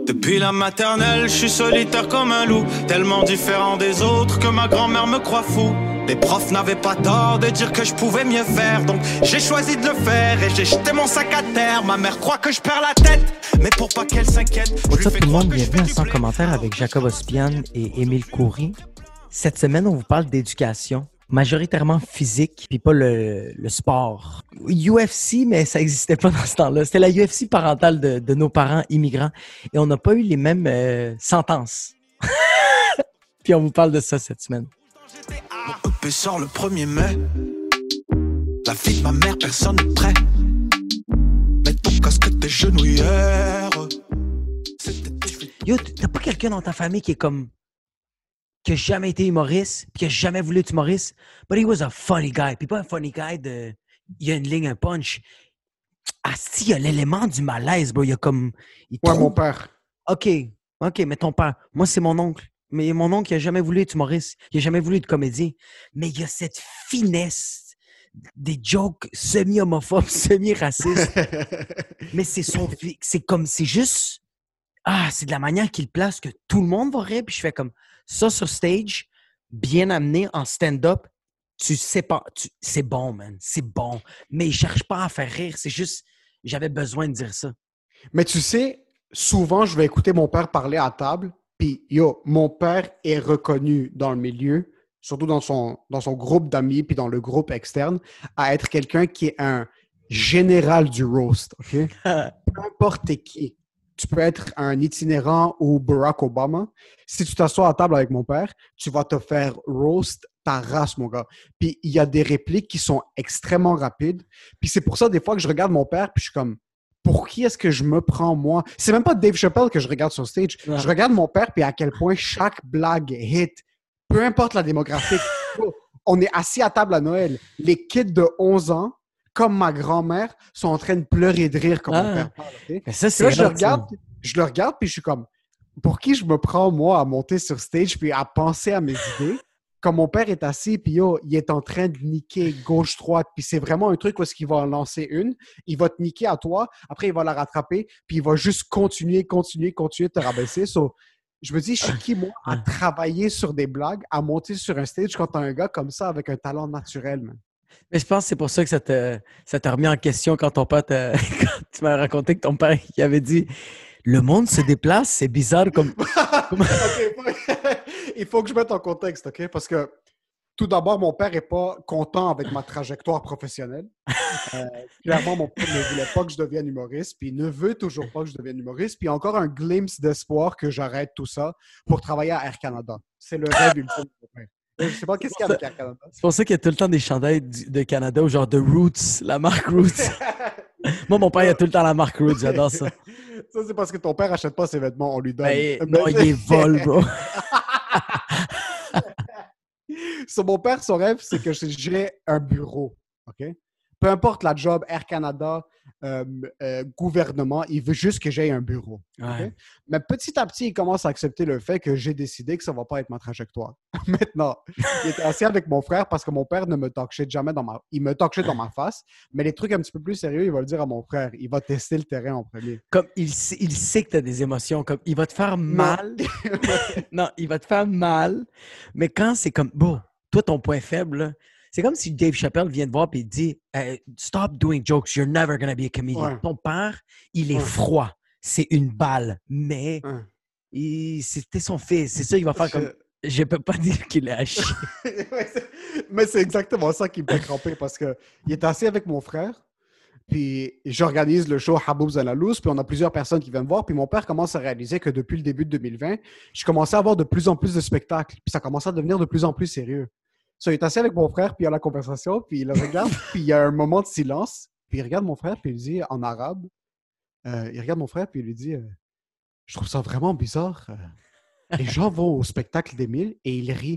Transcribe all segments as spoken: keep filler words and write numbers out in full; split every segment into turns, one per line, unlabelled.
Depuis la maternelle, je suis solitaire comme un loup, tellement différent des autres que ma grand-mère me croit fou. Les profs n'avaient pas tort de dire que je pouvais mieux faire, donc j'ai choisi de le faire et j'ai jeté mon sac à terre. Ma mère croit que je perds la tête, mais pour pas qu'elle s'inquiète.
What's up tout le monde, bienvenue à Sans commentaire avec Jacob Ospian et Émile Coury. Cette semaine, on vous parle d'éducation, majoritairement physique, puis pas le, le sport. U F C, mais ça n'existait pas dans ce temps-là. C'était la U F C parentale de, de nos parents immigrants et on n'a pas eu les mêmes euh, sentences. Puis on vous parle de ça cette semaine.
Mon E P sort le premier mai. La vie de ma mère, personne n'est prêt. Mets ton casque, tes genouillères.
Yo, t'as pas quelqu'un dans ta famille qui est comme... qui a jamais été humoriste, puis qui a jamais voulu être humoriste, but he was a funny guy. Puis pas un funny guy de... il y a une ligne, un punch. Ah si, il y a l'élément du malaise, bro. Il y a comme... Il
ouais,
trouve...
mon père.
OK, OK, mais ton père. Moi, c'est mon oncle. Mais mon oncle, il a jamais voulu être humoriste. Il a jamais voulu être comédien. Mais il y a cette finesse des jokes semi-homophobes, semi-racistes. Mais c'est son... C'est comme... C'est juste... Ah, c'est de la manière qu'il place que tout le monde va rire. Puis je fais comme... Ça, sur stage, bien amené en stand-up, tu sais pas... Tu... C'est bon, man. C'est bon. Mais il cherche pas à faire rire. C'est juste... J'avais besoin de dire ça.
Mais tu sais, souvent, je vais écouter mon père parler à table. Puis, yo, mon père est reconnu dans le milieu, surtout dans son, dans son groupe d'amis, puis dans le groupe externe, à être quelqu'un qui est un général du roast, OK? Peu importe t'es qui. Tu peux être un itinérant ou Barack Obama. Si tu t'assois à table avec mon père, tu vas te faire roast ta race, mon gars. Puis, il y a des répliques qui sont extrêmement rapides. Puis, c'est pour ça, des fois, que je regarde mon père, puis je suis comme... Pour qui est-ce que je me prends, moi? C'est même pas Dave Chappelle que je regarde sur stage. Ouais. Je regarde mon père, puis à quel point chaque blague hit, peu importe la démographique. On est assis à table à Noël. Les kids de onze ans, comme ma grand-mère, sont en train de pleurer et de rire quand ah. mon père parle. Okay?
Mais ça, c'est
là, je, le regarde, je le regarde, puis je suis comme, pour qui je me prends, moi, à monter sur stage, puis à penser à mes idées? Quand mon père est assis, puis yo, il est en train de niquer gauche-droite, puis c'est vraiment un truc où est-ce qu'il va en lancer une, il va te niquer à toi, après il va la rattraper, puis il va juste continuer, continuer, continuer de te rabaisser. So, je me dis, je suis qui, moi, à travailler sur des blagues, à monter sur un stage quand t'as un gars comme ça avec un talent naturel, man.
Mais je pense que c'est pour ça que ça t'a, ça t'a remis en question quand ton père t'a, quand tu m'as raconté que ton père il avait dit « Le monde se déplace, c'est bizarre comme... »
okay, il faut que je mette en contexte, OK? Parce que, tout d'abord, mon père n'est pas content avec ma trajectoire professionnelle. Euh, clairement, mon père ne voulait pas que je devienne humoriste, puis il ne veut toujours pas que je devienne humoriste. Puis encore un glimpse d'espoir que j'arrête tout ça pour travailler à Air Canada. C'est le rêve ultime de mon père. Je ne sais pas qu'est-ce qu'il y a avec Air Canada.
C'est pour ça qu'il y a tout le temps des chandails de Canada, ou genre de Roots, la marque Roots. Moi, mon père, il a tout le temps la marque Roots, j'adore ça.
Ça, c'est parce que ton père n'achète pas ses vêtements, on lui donne.
Ben, non, il est vol, bro.
So, mon père, son rêve, c'est que j'ai un bureau, OK? Peu importe la job, Air Canada, euh, euh, gouvernement, il veut juste que j'aie un bureau. Okay? Ouais. Mais petit à petit, il commence à accepter le fait que j'ai décidé que ça ne va pas être ma trajectoire. Maintenant, il était assis avec mon frère parce que mon père ne me talk shit jamais dans ma... Il me talk shit dans ma face, mais les trucs un petit peu plus sérieux, il va le dire à mon frère. Il va tester le terrain en premier.
Comme il sait, il sait que tu as des émotions, comme il va te faire mal. Non, il va te faire mal, mais quand c'est comme, bon, toi, ton point faible, là, c'est comme si Dave Chappelle vient te voir et il dit hey, « Stop doing jokes, you're never gonna be a comedian. Ouais. » Ton père, il est ouais. froid. C'est une balle, mais ouais. il, c'était son fils. C'est ça, il va faire je... comme... Je peux pas dire qu'il est haché.
Mais c'est exactement ça qui me fait cramper parce qu'il est assis avec mon frère, puis j'organise le show Haboub Zanalouz, puis on a plusieurs personnes qui viennent voir, puis mon père commence à réaliser que depuis le début de deux mille vingt, je commençais à avoir de plus en plus de spectacles, puis ça commençait à devenir de plus en plus sérieux. So, il est assis avec mon frère, puis il y a la conversation, puis il le regarde, puis il y a un moment de silence, puis il regarde mon frère, puis il dit en arabe, euh, il regarde mon frère, puis il lui dit euh, « Je trouve ça vraiment bizarre. Euh, les gens vont au spectacle d'Émile et ils rient. »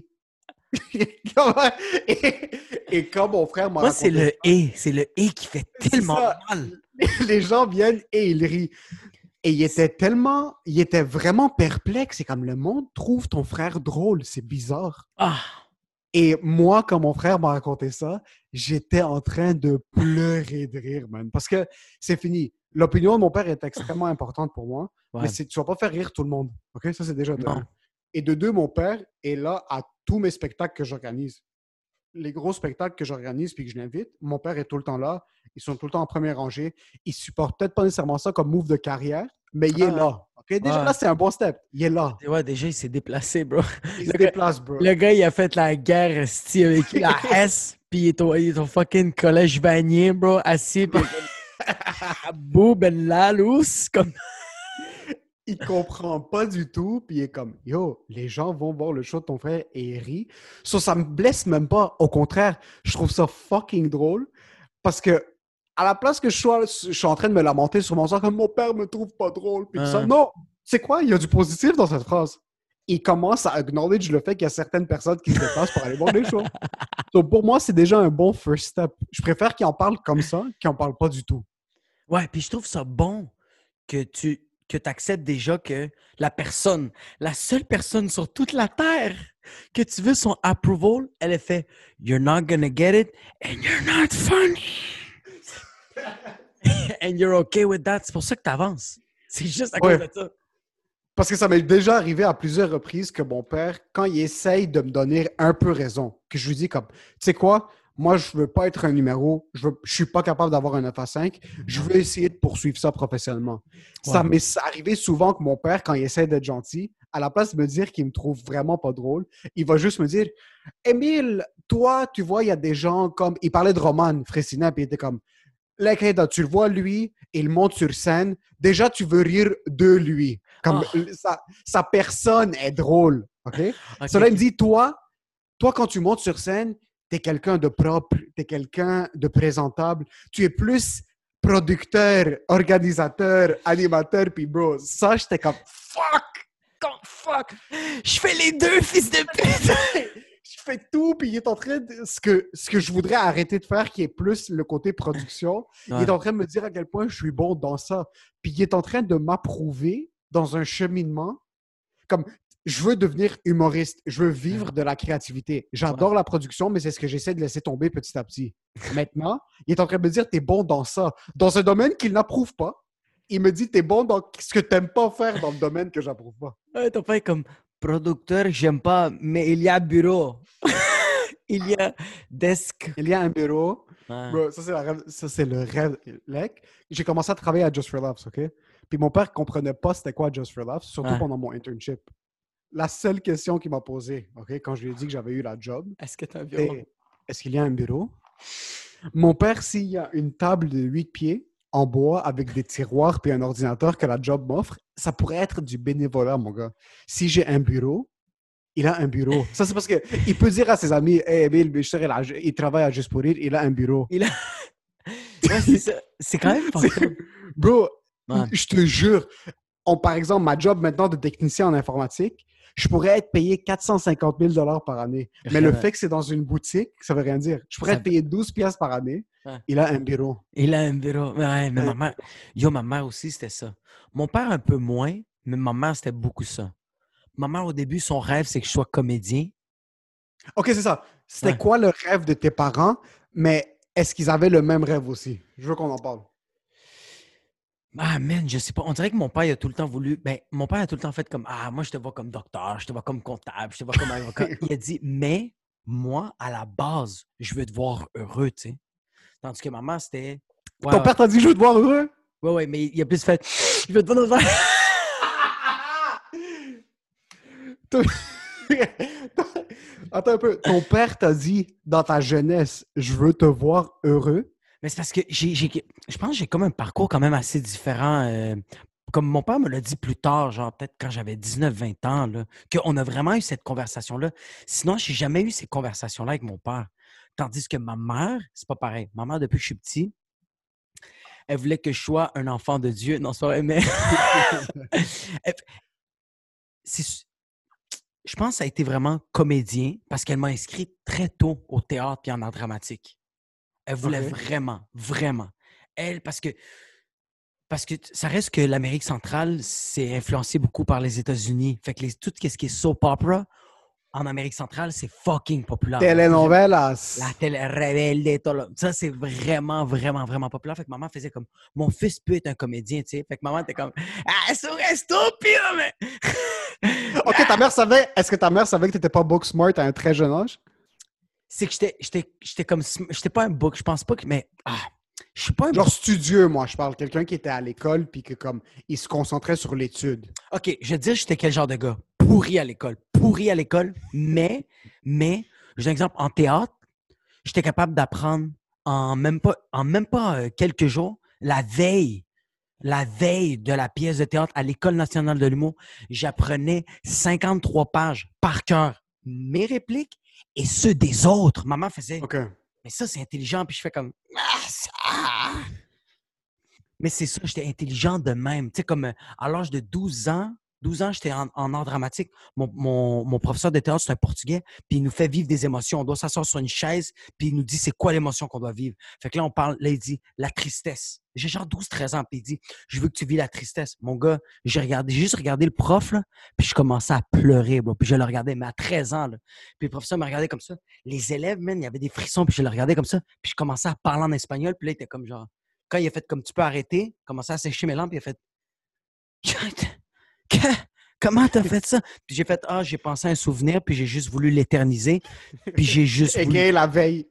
et, et quand mon frère m'a
Moi, c'est le « et », c'est le « et » qui fait tellement mal.
Les gens viennent et ils rient. Et il était tellement, il était vraiment perplexe. C'est comme le monde trouve ton frère drôle, c'est bizarre.
Ah!
Et moi, quand mon frère m'a raconté ça, j'étais en train de pleurer de rire, man. Parce que c'est fini. l'opinion de mon père est extrêmement importante pour moi,
Ouais.
mais c'est, tu vas pas faire rire tout le monde. OK? Ça, c'est déjà de
Non.
un. Et de deux, mon père est là à tous mes spectacles que j'organise. Les gros spectacles que j'organise puis que je l'invite, mon père est tout le temps là. Ils sont tout le temps en première rangée. Ils supportent peut-être pas nécessairement ça comme move de carrière, mais il est
Ah,
là. OK? Déjà,
ouais.
là, c'est un bon step. Il est là.
Ouais, déjà, il s'est déplacé, bro.
Il
Le
se
gars,
déplace, bro.
le gars, il a fait la guerre esti, avec la S, puis il est au, il est au fucking collège Vanier, bro, assis, puis Bou Ben Lalous, comme...
Il comprend pas du tout, puis il est comme « Yo, les gens vont voir le show de ton frère et ils rient. » Ça, ça me blesse même pas. Au contraire, je trouve ça fucking drôle parce que à la place que je sois, je suis en train de me lamenter sur mon sort comme « Mon père me trouve pas drôle. » Puis tout ça.
Hein.
Non, c'est quoi? Il y a du positif dans cette phrase. Il commence à acknowledge le fait qu'il y a certaines personnes qui se déplacent pour aller voir les shows. Donc pour moi, c'est déjà un bon first step. Je préfère qu'il en parle comme ça qu'il en parle pas du tout.
Ouais, puis je trouve ça bon que tu que acceptes déjà que la personne, la seule personne sur toute la Terre que tu veux son approval, elle a fait « You're not gonna get it and you're not funny. » And you're okay with that. C'est pour ça que tu avances. C'est juste à cause
Ouais.
de ça.
Parce que ça m'est déjà arrivé à plusieurs reprises que mon père, quand il essaye de me donner un peu raison, que je lui dis comme, tu sais quoi, moi, je veux pas être un numéro, je veux, je suis pas capable d'avoir un neuf à cinq, je veux essayer de poursuivre ça professionnellement. Ça
Ouais.
m'est arrivé souvent que mon père, quand il essaie d'être gentil, à la place de me dire qu'il me trouve vraiment pas drôle, il va juste me dire, Émile, toi, tu vois, il y a des gens comme, il parlait de Roman Fressinet, puis il était comme, là, Keda, tu le vois, lui, il monte sur scène. Déjà, tu veux rire de lui. Comme
Oh.
sa, sa personne est drôle. OK?
Ok,
Cela, il me
ok.
dit, toi, toi, quand tu montes sur scène, tu es quelqu'un de propre, tu es quelqu'un de présentable. Tu es plus producteur, organisateur, animateur, puis bro, ça, j'étais comme fuck!
Con- Fuck! Je fais les deux, fils de pute!
Je fais tout, puis il est en train de... Ce que, ce que je voudrais arrêter de faire, qui est plus le côté production, il
Ouais.
est en train de me dire à quel point je suis bon dans ça. Puis il est en train de m'approuver dans un cheminement. Comme, je veux devenir humoriste. Je veux vivre de la créativité. J'adore la production, mais c'est ce que j'essaie de laisser tomber petit à petit. Maintenant, il est en train de me dire, t'es bon dans ça. Dans un domaine qu'il n'approuve pas, il me dit, t'es bon dans ce que t'aimes pas faire dans le domaine que j'approuve pas.
Ouais, ton père est comme producteur, j'aime pas, mais il y a bureau. Il y a desk.
Il y a un bureau.
Ouais.
Bro, ça, c'est la rêve- ça, c'est le rêve. Like, j'ai commencé à travailler à Just for Laughs, OK? Puis mon père comprenait pas c'était quoi Just for Laughs, surtout
Ouais.
pendant mon internship. La seule question qu'il m'a posée, OK, quand je lui ai dit que j'avais eu la job,
Est-ce que tu as un bureau?
c'est est-ce qu'il y a un bureau? Mon père, s'il y a une table de huit pieds en bois avec des tiroirs puis un ordinateur que la job m'offre, ça pourrait être du bénévolat, mon gars. Si j'ai un bureau, il a un bureau. Ça, c'est parce qu'il peut dire à ses amis, « Hey, Bill, Bichter, il, a- il travaille à Juste pour rire, il a un bureau.
Il a... Ouais, c'est ça. C'est quand même fucked up. »
Bro,
Ouais.
je te jure, on, par exemple, ma job maintenant de technicien en informatique, je pourrais être payé quatre cent cinquante mille dollars par année. Mais le
Ouais.
fait que c'est dans une boutique, ça veut rien dire. Je pourrais
Ça-
être payé douze piastres par année.
Ouais.
Il a un bureau.
Il a un bureau. Ouais, mais ma mère... Yo, ma mère aussi, c'était ça. Mon père, un peu moins, mais ma mère, c'était beaucoup ça. Ma mère, au début, son rêve, c'est que je sois comédien.
OK, c'est ça. C'était
Ouais.
quoi le rêve de tes parents? Mais est-ce qu'ils avaient le même rêve aussi? Je veux qu'on en parle.
Ah, man, je sais pas. On dirait que mon père, il a tout le temps voulu. Ben, mon père a tout le temps fait comme Ah, moi, je te vois comme docteur, je te vois comme comptable, je te vois comme avocat. Il a dit, mais moi, à la base, je veux te voir heureux, tu sais. Tandis que ma mère, c'était. Ouais,
Ton
ouais,
père t'a dit « Je veux te voir heureux?
ouais, ouais, mais il a plus fait Je veux te voir heureux. »
Attends un peu. Ton père t'a dit dans ta jeunesse « Je veux te voir heureux.
Mais c'est parce que j'ai, j'ai- je pense que j'ai comme un parcours quand même assez différent. euh, comme mon père me l'a dit plus tard, genre peut-être quand j'avais dix-neuf vingt ans, là, qu'on a vraiment eu cette conversation-là. Sinon, j'ai jamais eu ces conversations-là avec mon père. Tandis que ma mère, c'est pas pareil. Ma mère, depuis que je suis petit, elle voulait que je sois un enfant de Dieu. Non, c'est pas vrai, mais... Elle- c'est- je pense que ça a été vraiment comédien parce qu'elle m'a inscrit très tôt au théâtre et en art dramatique. Elle voulait
Ok.
vraiment, vraiment. Elle, parce que, parce que ça reste que l'Amérique centrale, c'est influencé beaucoup par les États-Unis. Fait que les, tout ce qui est soap opera, en Amérique centrale, c'est fucking populaire.
Telenovelas.
La télé rebelde, tout là. Ça, c'est vraiment, vraiment, vraiment populaire. Fait que maman faisait comme, mon fils peut être un comédien, tu sais. Fait que maman était comme, ah, ça serait stupide, mais.
OK, ta mère savait, est-ce que ta mère savait que tu n'étais pas book smart à un très jeune âge?
C'est que j'étais, j'étais, j'étais comme, j'étais pas un book, je pense pas que, mais, ah, je suis pas un
Genre studieux, moi, je parle. Quelqu'un qui était à l'école puis que, comme, il se concentrait sur l'étude.
OK, je vais te dire, j'étais quel genre de gars? Pourri à l'école. Pourri à l'école, mais, mais, j'ai un exemple, en théâtre, j'étais capable d'apprendre en même pas, en même pas euh, quelques jours, la veille, la veille de la pièce de théâtre à l'École nationale de l'humour, j'apprenais cinquante-trois pages par cœur, mes répliques et ceux des autres. Maman faisait,
OK.
mais ça, c'est intelligent, puis je fais comme, ah, ça. Mais c'est ça, j'étais intelligent de même. Tu sais, comme euh, à l'âge de douze ans, douze ans, j'étais en, en art dramatique. Mon, mon, mon professeur de théâtre, c'est un Portugais, puis il nous fait vivre des émotions. On doit s'asseoir sur une chaise, puis il nous dit c'est quoi l'émotion qu'on doit vivre. Fait que là, on parle, là, il dit la tristesse. J'ai genre douze treize ans, puis il dit je veux que tu vis la tristesse. Mon gars, j'ai regardé, j'ai juste regardé le prof, là, puis je commençais à pleurer, bro. Puis je le regardais, mais à treize ans, là. Puis le professeur me regardait comme ça. Les élèves, man, il y avait des frissons, puis je le regardais comme ça, puis je commençais à parler en espagnol, puis là, il était comme genre. Quand il a fait comme tu peux arrêter, commencer à sécher mes lampes, il a fait comment t'as fait ça? Puis j'ai fait ah, j'ai pensé à un souvenir, puis j'ai juste voulu l'éterniser, puis j'ai juste voulu.
Égayer la veille.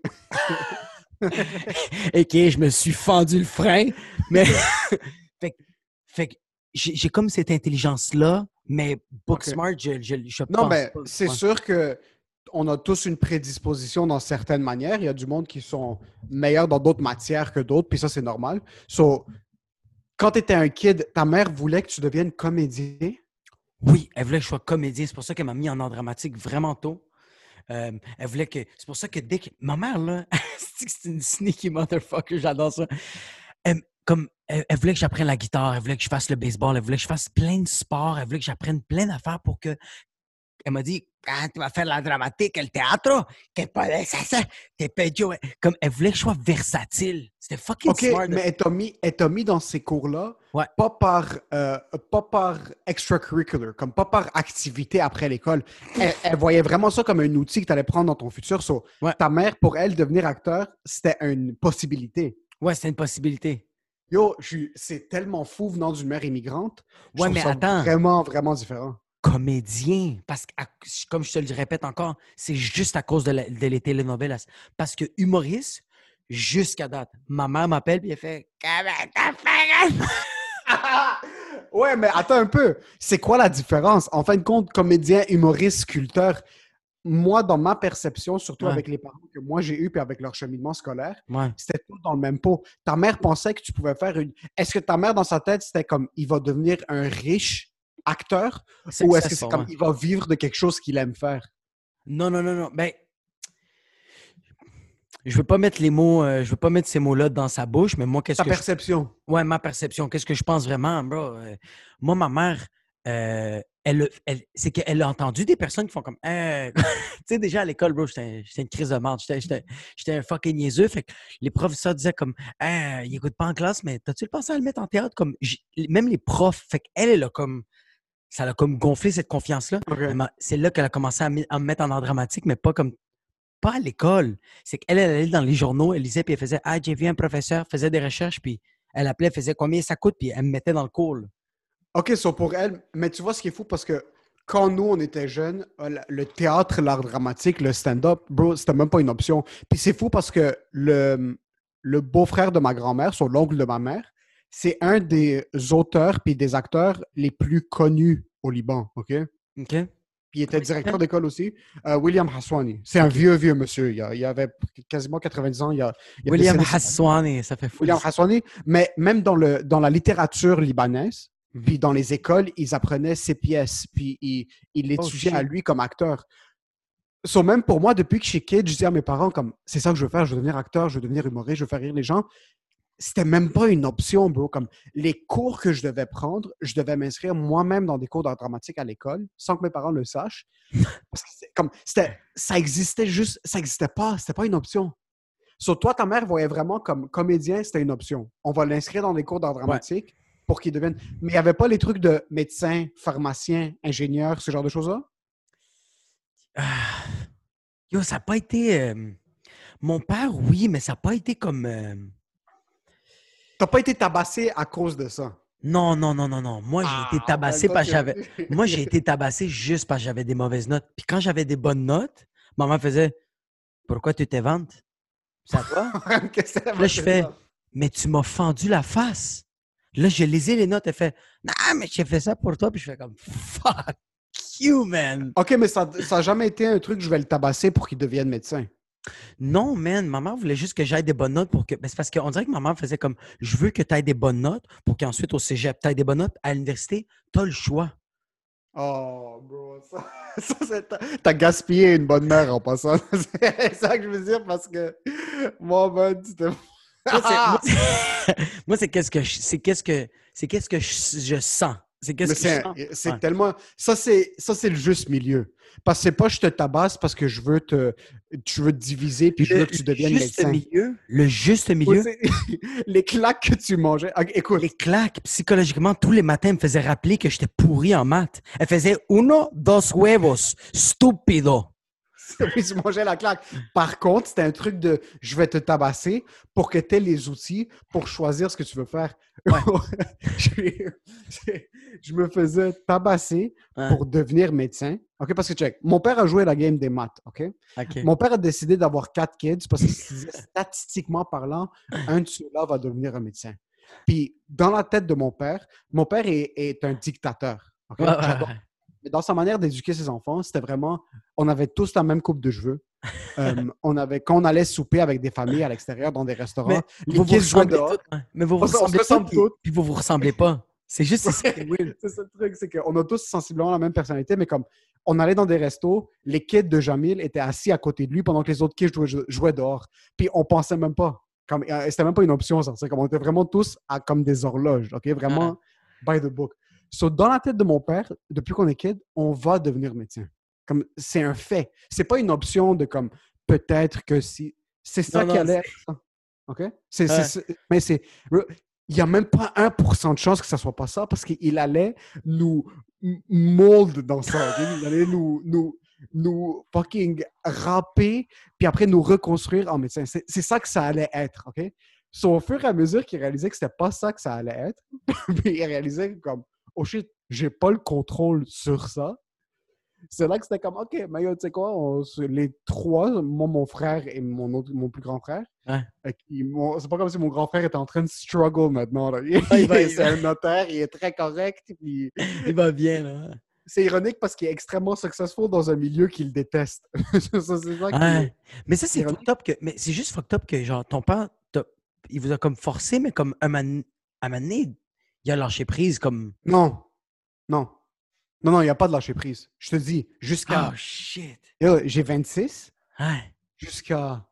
OK, je me suis fendu le frein, mais fait, fait que j'ai, j'ai comme cette intelligence-là, mais book
Okay.
smart, je, je, je
Non,
pense
mais
pas.
c'est
Ouais.
sûr que on a tous une prédisposition dans certaines manières. Il y a du monde qui sont meilleurs dans d'autres matières que d'autres, puis ça, c'est normal. So, quand tu étais un kid, ta mère voulait que tu deviennes comédien?
Oui, elle voulait que je sois comédien. C'est pour ça qu'elle m'a mis en art dramatique vraiment tôt. Euh, elle voulait que. C'est pour ça que dès que. Ma mère, là, c'est que c'est une sneaky motherfucker, j'adore ça. Elle, comme, elle, elle voulait que j'apprenne la guitare, elle voulait que je fasse le baseball, elle voulait que je fasse plein de sports, elle voulait que j'apprenne plein d'affaires pour que. Elle m'a dit, quand tu vas faire la dramatique, le théâtre, que pas ça, ça, t'es pédio. Comme elle voulait que je sois versatile. C'était fucking
OK,
smart.
mais elle t'a mis, elle t'a mis dans ces cours-là,
Ouais.
pas par, euh, pas par extracurricular, comme pas par activité après l'école. Elle, elle voyait vraiment ça comme un outil que tu allais prendre dans ton futur. So,
Ouais.
Ta mère, pour elle, devenir acteur, c'était une possibilité.
Ouais, c'était une possibilité.
Yo, je suis- c'est tellement fou venant d'une mère immigrante. Je
Ouais,
trouve
mais
ça
attends.
vraiment, vraiment différent.
Comédien. Parce que, à- comme je te le répète encore, c'est juste à cause de, la, de les telenovelas. Parce que humoriste, jusqu'à date, ma mère m'appelle et elle fait comment t'as fait?
Ouais, mais attends un peu. C'est quoi la différence? En fin de compte, comédien, humoriste, sculpteur, moi, dans ma perception, surtout
Ouais.
avec les parents que moi j'ai eus puis avec leur cheminement scolaire,
Ouais.
c'était tout dans le même pot. Ta mère pensait que tu pouvais faire une. Est-ce que ta mère, dans sa tête, c'était comme il va devenir un riche acteur ou est-ce que c'est
Successful,
comme
ouais.
il va vivre de quelque chose qu'il aime faire?
Non, non, non, non. Ben, je veux pas mettre les mots, euh, je veux pas mettre ces mots-là dans sa bouche, mais moi, qu'est-ce
Ta
que je
perception.
Ouais, ma perception. Qu'est-ce que je pense vraiment, bro? Euh, moi, ma mère, euh, elle, elle- c'est qu'elle a entendu des personnes qui font comme. Euh, tu sais, déjà à l'école, bro, j'étais j'étais une crise de merde. J'étais- J'étais j'étais un fucking niaiseux. Fait que les professeurs disaient comme. Euh, il écoute pas en classe, mais t'as-tu pensé à le mettre en théâtre? Comme, j- même les profs. Fait qu'elle, elle a comme. Ça l'a comme gonflé cette confiance-là.
OK.
Elle m'a- C'est là qu'elle a commencé à, mi- à me mettre en art dramatique, mais pas comme. Pas à l'école. C'est qu'elle, elle allait dans les journaux, elle lisait, puis elle faisait Ah, j'ai vu un professeur, faisait des recherches, puis elle appelait, elle faisait combien ça coûte, puis elle me mettait dans le cours. là.
OK, so pour elle, mais tu vois ce qui est fou parce que quand nous, on était jeunes, euh, le- le théâtre, l'art dramatique, le stand-up, bro, c'était même pas une option. Puis c'est fou parce que le, le beau-frère de ma grand-mère, son l'oncle de ma mère, c'est un des auteurs puis des acteurs les plus connus au Liban, OK?
OK?
Puis il était
Comment il
directeur
s'appelle?
d'école aussi. Euh, William Haswani. C'est un vieux, vieux monsieur. Il, a- il avait quasiment quatre-vingt-dix ans. Il a, il a
William
décédé cette année.
Hassouani, ça fait fou.
William Haswani. Mais même dans, le, dans la littérature libanaise,
Mhm.
puis dans les écoles, ils apprenaient ses pièces, puis ils, ils
Oh,
l'étudiaient
shit.
à lui comme acteur. So, même pour moi, depuis que je suis kid, je dis à mes parents comme c'est ça que je veux faire, je veux devenir acteur, je veux devenir humoriste, je veux faire rire les gens. C'était même pas une option, bro. Comme les cours que je devais prendre, je devais m'inscrire moi-même dans des cours d'art dramatique à l'école, sans que mes parents le sachent. Parce que c'est comme c'était, ça existait juste, ça existait pas, c'était pas une option. Sur toi, ta mère voyait vraiment comme comédien, c'était une option. On va l'inscrire dans des cours d'art dramatique pour qu'il devienne. Mais il n'y avait pas les trucs de médecin, pharmacien, ingénieur, ce genre de choses-là?
Ah, yo, ça n'a pas été... euh, Mon père, oui, mais ça n'a pas été comme... euh,
T'as pas été tabassé à cause de ça.
Non, non, non, non, non. Moi, j'ai été
Ah, ben
tabassé
toi,
parce que
tu...
j'avais... Moi, j'ai été tabassé juste parce que j'avais des mauvaises notes. Puis quand j'avais des bonnes notes, maman faisait « Pourquoi tu t'inventes? C'est à toi? »
Qu'est-ce que ça
Puis
va
là, je
faire
fais
ça?
« Mais tu m'as fendu la face. » Là, je lisais les notes. Elle fait « Non, mais j'ai fait ça pour toi. » Puis je fais comme « Fuck you, man. »
OK, mais ça n'a jamais été un truc, je vais le tabasser pour qu'il devienne médecin.
Non, man, maman voulait juste que j'aille des bonnes notes pour que. Ben, c'est parce qu'on dirait que maman faisait comme je veux que tu aies des bonnes notes pour qu'ensuite au cégep, tu aies des bonnes notes. À l'université, tu as le choix.
Oh, bro, ça, ça c'est... T'as t'as gaspillé une bonne mère en passant. C'est ça que je veux dire parce que moi, ben, tu te...
Moi, c'est, moi, c'est, moi, c'est qu'est-ce que je, c'est qu'est-ce que c'est qu'est-ce que je, je sens. C'est qu'est-ce
Mais
que je
c'est,
sens.
c'est
Ouais.
tellement... Ça, c'est, ça, c'est le juste milieu. Parce que c'est pas je te tabasse parce que je veux te, je veux te diviser puis je veux
Le,
que tu
le
deviennes
juste
médecin.
milieu, le juste
Ou
milieu,
c'est- Les claques que tu mangeais. Ok, écoute,
les claques, psychologiquement, tous les matins, elle me faisait rappeler que j'étais pourri en maths. Elle faisait uno, dos huevos, stupido.
oui, tu mangeais la claque. Par contre, c'était un truc de je vais te tabasser pour que tu aies les outils pour choisir ce que tu veux faire.
Ouais.
je, je me faisais tabasser
Hein?
pour devenir médecin. OK, parce que check, mon père a joué la game des maths. OK?
OK.
Mon père a décidé d'avoir quatre kids parce que statistiquement parlant, un de ceux-là va devenir un médecin. Puis, dans la tête de mon père, mon père est, est un dictateur. OK?
Ouais, ouais,
J'adore.
ouais.
Mais dans sa manière d'éduquer ses enfants, c'était vraiment, on avait tous la même coupe de cheveux. Euh, on avait, quand on allait souper avec des familles à l'extérieur dans des restaurants,
Mais
les
vous vous
kids jouaient
ressemblez
dehors.
tous. Hein. Mais vous vous
On se- on se
ressemblez
ressemble
tous, puis,
tous.
puis vous vous ressemblez pas. C'est juste c'est ça qui est weird.
C'est ça le truc, c'est qu'on a tous sensiblement la même personnalité, mais comme on allait dans des restos, les kids de Jamil étaient assis à côté de lui pendant que les autres kids jouaient, jouaient dehors. Puis on pensait même pas. Comme, euh, c'était même pas une option, ça. C'est comme on était vraiment tous à, comme des horloges, OK? Vraiment by the book. So, dans la tête de mon père, depuis qu'on est kid, on va devenir médecin. Comme, c'est un fait. C'est pas une option de comme peut-être que si. C'est ça
Non,
qui
non,
allait être ça. OK? C'est,
Ouais.
c'est- c'est- mais c'est. Il n'y a même pas un pour cent de chance que ça soit pas ça parce qu'il allait nous m- mold dans ça. OK? Il allait nous, nous, nous fucking râper puis après nous reconstruire en médecin. C'est, c'est ça que ça allait être. OK? So, au fur et à mesure qu'il réalisait que c'était pas ça que ça allait être, puis il réalisait comme oh shit, j'ai pas le contrôle sur ça. C'est là que c'était comme, OK, mais yo, tu sais quoi, on- les trois, moi, mon frère et mon, autre, mon plus grand frère,
Ouais.
euh, qui- mon- c'est pas comme si mon grand frère était en train de struggle maintenant. Là. Il,
Ah, il va- il
c'est
va.
un notaire, il est très correct. Puis
Il va bien, là.
c'est ironique parce qu'il est extrêmement successful dans un milieu qu'il déteste. Ça, c'est ça qui
Ouais.
est-
Mais ça, c'est
ironique.
fucked up que. Mais c'est juste fucked up que, genre, ton père, t'a- il vous a comme forcé, mais comme un man... à un moment donné, il a lâché prise, comme.
Non, non. Non, non, il n'y a pas de lâcher prise. Je te dis, jusqu'à.
Oh shit.
Yo, j'ai vingt-six.
Ouais.
Jusqu'à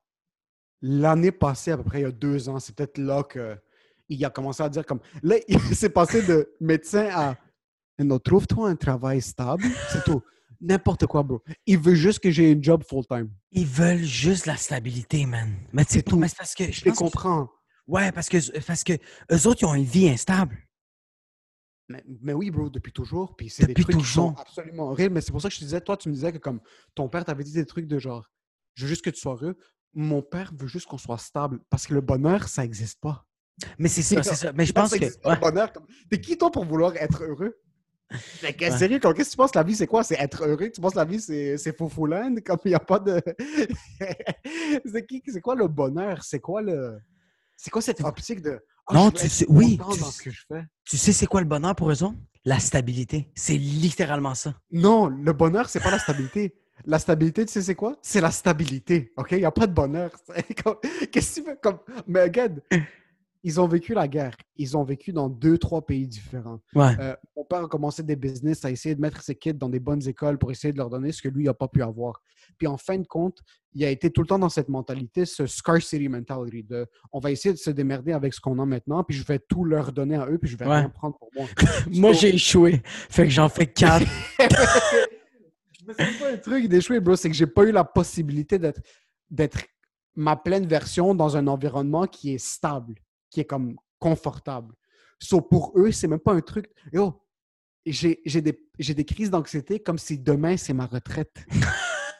l'année passée, à peu près il y a deux ans, c'est peut-être là qu'il a commencé à dire comme. Là, il s'est passé de médecin à. Non, trouve-toi un travail stable, c'est tout. N'importe quoi, bro. Il veut juste que j'ai un job full-time.
Ils veulent juste la stabilité, man. Mais c'est
C'est
tout.
tout.
Mais c'est parce que.
Je les
pense que-
comprends.
Ouais, parce que, parce que eux autres, ils ont une vie instable.
Mais, mais oui, bro, depuis toujours. Puis c'est des
Depuis
trucs qui sont
toujours.
absolument horribles. Mais c'est pour ça que je te disais, toi, tu me disais que comme ton père t'avait dit des trucs de genre, je veux juste que tu sois heureux. Mon père veut juste qu'on soit stable. Parce que le bonheur, ça n'existe pas.
Mais c'est ça, c'est ça. Mais je
Ça
pense que.
existe pas,
Ouais.
le bonheur. comme- T'es qui, toi, pour vouloir être heureux? Mais que-
Ouais.
sérieux, comme, qu'est-ce que tu penses la vie, c'est quoi? C'est être heureux? Tu penses la vie, c'est, c'est foufouland? Comme il n'y a pas de... c'est, qui, c'est quoi le bonheur? C'est quoi le... C'est quoi cette optique de... Ah,
Non,
je veux
tu
être
sais- oui,
content
tu
dans
sais-
ce que je fais.
Tu sais, c'est quoi le bonheur pour eux autres? La stabilité. C'est littéralement ça.
Non, le bonheur, c'est pas la stabilité. La stabilité, tu sais, c'est quoi? C'est la stabilité, OK? Il n'y a pas de bonheur. C'est comme- Qu'est-ce que tu veux? Comme... Mais regarde, ils ont vécu la guerre. Ils ont vécu dans deux, trois pays différents.
Ouais.
Euh, mon père a commencé des business à essayer de mettre ses kids dans des bonnes écoles pour essayer de leur donner ce que lui n'a pas pu avoir. Puis en fin de compte, il a été tout le temps dans cette mentalité, ce scarcity mentality de on va essayer de se démerder avec ce qu'on a maintenant, puis je vais tout leur donner à eux, puis je vais
Ouais.
rien prendre pour moi.
Moi, j'ai échoué. Fait que j'en fais quatre.
Mais c'est pas un truc d'échouer, bro, c'est que j'ai pas eu la possibilité d'être, d'être ma pleine version dans un environnement qui est stable, qui est comme confortable. So, pour eux, c'est même pas un truc. Yo, j'ai, j'ai, des, j'ai des crises d'anxiété comme si demain c'est ma retraite.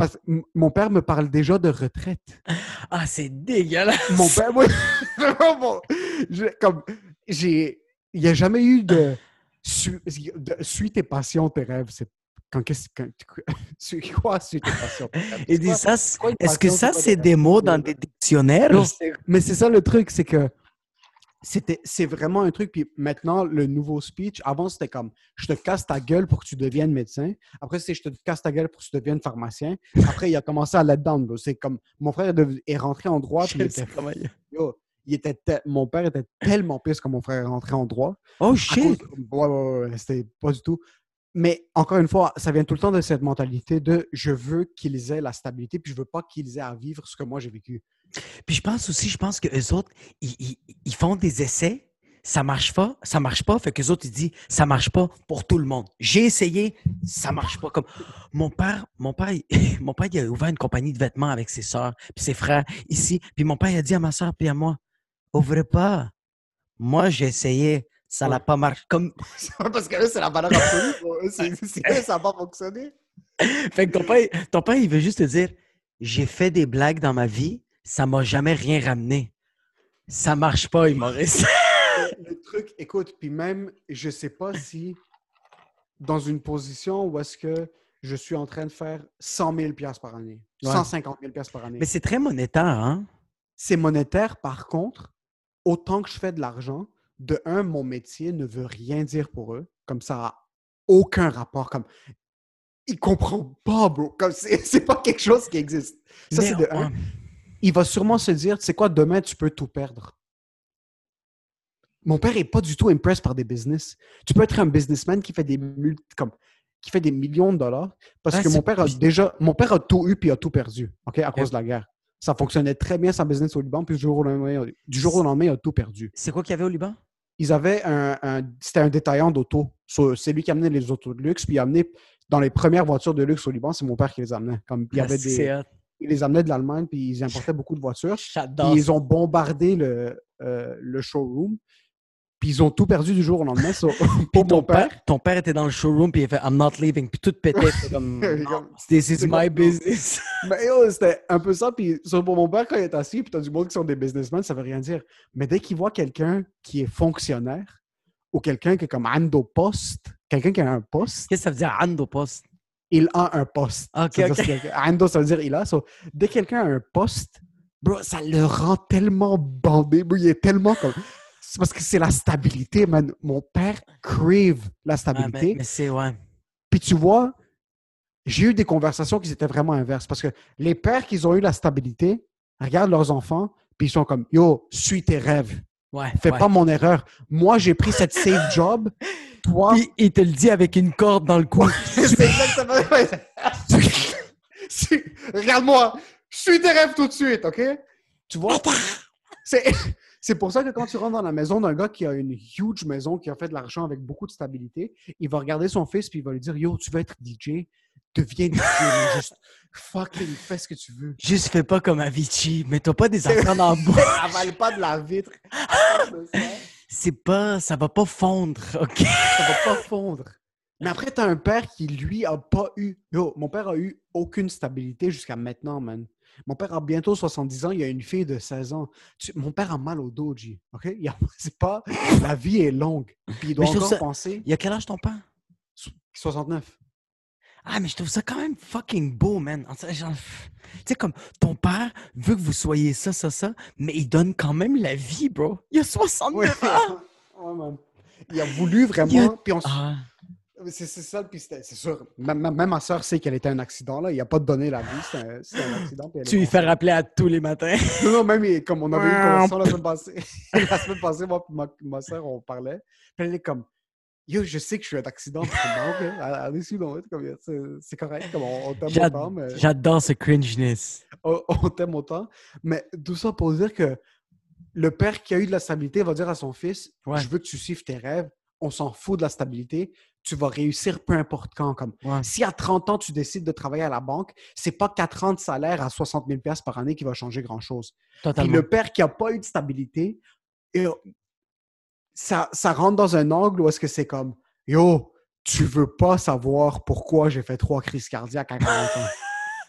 Parce que m- mon père me parle déjà de retraite.
Ah, c'est dégueulasse!
Mon père, moi, vraiment, mon- je- comme, j'ai, il n'y a jamais eu de, su, de suis tes passions, tes rêves. C'est quand qu'est-ce quand, suis quoi, suis tes passions, tes rêves?
Il
C'est
dit
quoi,
ça,
c'est
c'est-
quoi une
est-ce que
passion, c'est
ça,
quoi des
c'est
rêves?
des mots dans des dictionnaires?
Non,
C'est-
mais c'est ça le truc, c'est que c'était, c'est vraiment un truc. Puis maintenant, le nouveau speech, avant, c'était comme je te casse ta gueule pour que tu deviennes médecin. Après, c'est je te casse ta gueule pour que tu deviennes pharmacien. Après, il a commencé à let down. Bro. C'est comme mon frère est, dev- est rentré en droit. Puis il
Je
était,
sais comment il-
yo, il était te- mon père était tellement pisse quand mon frère est rentré en droit.
Oh
À
shit!
cause, ouais, ouais, ouais, ouais, c'était pas du tout. Mais encore une fois, ça vient tout le temps de cette mentalité de je veux qu'ils aient la stabilité, puis je veux pas qu'ils aient à vivre ce que moi j'ai vécu.
Puis je pense aussi, je pense que eux autres, ils, ils- ils font des essais, ça marche pas, ça marche pas, fait qu'eux autres, ils disent, ça marche pas pour tout le monde. J'ai essayé, ça marche pas. Comme mon père, mon père, il- mon père, il a ouvert une compagnie de vêtements avec ses sœurs, puis ses frères ici. Puis mon père, il a dit à ma sœur puis à moi, ouvrez pas. Moi, j'ai essayé, ça n'a
Ouais.
pas marché. Comme,
Parce que eux, c'est la valeur absolue. bro. Eux, c'est, c'est, eux, ça n'a pas fonctionné.
fait que ton père, ton père, il veut juste te dire, j'ai fait des blagues dans ma vie, ça m'a jamais rien ramené. Ça marche pas, Maurice.
Le, le truc, écoute, puis même, je sais pas si dans une position où est-ce que je suis en train de faire cent mille dollars par année,
Ouais.
cent cinquante mille dollars par année.
Mais c'est très monétaire, hein?
C'est monétaire, par contre, autant que je fais de l'argent, de un, mon métier ne veut rien dire pour eux. Comme ça n'a aucun rapport. Comme, il comprend pas, bro. Comme c'est, c'est pas quelque chose qui existe. Ça,
Mais,
c'est de un.
ouais.
Il va sûrement se dire, tu sais quoi, demain, tu peux tout perdre. Mon père est pas du tout impressed par des business. Tu peux être un businessman qui fait des mul- comme qui fait des millions de dollars parce
Ouais,
que
c'est-
mon père a déjà mon père a tout eu puis a tout perdu, ok, à cause de la guerre. Ça fonctionnait très bien sa business au Liban puis du jour au lendemain, du jour au lendemain, il a tout perdu.
C'est quoi qu'il y avait au Liban?
Ils avaient un, un- c'était un détaillant d'auto. So, c'est lui qui amenait les autos de luxe puis il a amené dans les premières voitures de luxe au Liban, c'est mon père qui les amenait. Comme il y avait
Ah, c'est
des
hot.
il les amenait de l'Allemagne puis ils importaient beaucoup de voitures. Puis
J'adore.
ils ont bombardé le, euh, le showroom. Puis ils ont tout perdu du jour au lendemain. So,
Puis
pour
ton
mon père,
père, ton père était dans le showroom puis il a fait I'm not leaving puis tout pétait. C'est comme non, this is
C'est
my
comme-
business.
mais yo, c'était un peu ça. Puis so, pour mon père, quand il est assis, puis t'as du monde qui sont des businessmen, ça veut rien dire. Mais dès qu'il voit quelqu'un qui est fonctionnaire ou quelqu'un qui est comme Ando Post, quelqu'un qui a un poste,
Qu'est-ce que ça veut dire Ando poste?
il a un poste.
Ok,
Ça veut
ok.
dire que- Ando, ça veut dire il a. So, dès que quelqu'un a un poste, bro, ça le rend tellement bandé. Bro, il est tellement comme. C'est parce que c'est la stabilité, man. Mon père crave la
Ah,
stabilité.
mais, mais c'est ouais.
Puis tu vois, j'ai eu des conversations qui étaient vraiment inverses parce que les pères qui ont eu la stabilité regardent leurs enfants puis ils sont comme yo, suis tes rêves,
Ouais.
fais
ouais.
pas mon erreur. Moi, j'ai pris cette safe job. Toi,
Puis il te le dit avec une corde dans le cou.
c'est exactement. Suis- Regarde-moi, suis tes rêves tout de suite, ok? Tu vois? C'est. C'est pour ça que quand tu rentres dans la maison d'un gars qui a une huge maison, qui a fait de l'argent avec beaucoup de stabilité, il va regarder son fils puis il va lui dire yo, tu veux être D J? Deviens D J, mais juste fucking fais ce que tu veux.
Juste fais pas comme Avicii. Mets-toi pas des enfants dans le bois.
Avale pas de la vitre.
C'est pas. Ça va pas fondre, OK?
Ça va pas fondre. Mais après, t'as un père qui, lui, a pas eu... Yo, mon père a eu aucune stabilité jusqu'à maintenant, man. Mon père a bientôt soixante-dix ans, il a une fille de seize ans. Tu- Mon père a mal au dos, G. OK? Il a- C'est pas... La vie est longue. Puis il doit
Mais je trouve
encore
ça-
penser...
Il y a quel âge ton père?
soixante-neuf.
Ah, mais je trouve ça quand même fucking beau, man. En fait, genre, tu sais, comme ton père veut que vous soyez ça, ça, ça, mais il donne quand même la vie, bro. Il a soixante-neuf ans!
Ouais, man. Il a voulu vraiment...
Il a-
Puis on s-
Ah,
C'est c'est ça, puis c'était- c'est sûr. Même, même- même ma soeur sait qu'elle était un accident, là. Il n'a pas donné la vie, c'est un, c'est un accident. puis elle est
tu lui fais
morte.
rappeler à tous les matins.
Non, non, même il- comme on avait eu une conversation la semaine passée, la semaine passée, moi et ma, ma soeur, on parlait. Puis elle est comme, yo, je sais que je suis un accident. Puis je suis comme, ok, allez, y donc, comme, c'est c'est correct, comme on, on t'aime
J'ad-
autant, mais
J'adore ce cringeness.
on, on t'aime autant. Mais tout ça pour dire que le père qui a eu de la stabilité va dire à son fils,
Ouais.
je veux que tu suives tes rêves, on s'en fout de la stabilité, tu vas réussir peu importe quand. Comme,
Ouais.
si à trente ans, tu décides de travailler à la banque, c'est pas quatre ans de salaire à soixante mille dollars par année qui va changer grand-chose. Puis
Totalement.
le père qui n'a pas eu de stabilité, et, euh, ça, ça rentre dans un angle où est-ce que c'est comme yo, tu veux pas savoir pourquoi j'ai fait trois crises cardiaques à quarante ans.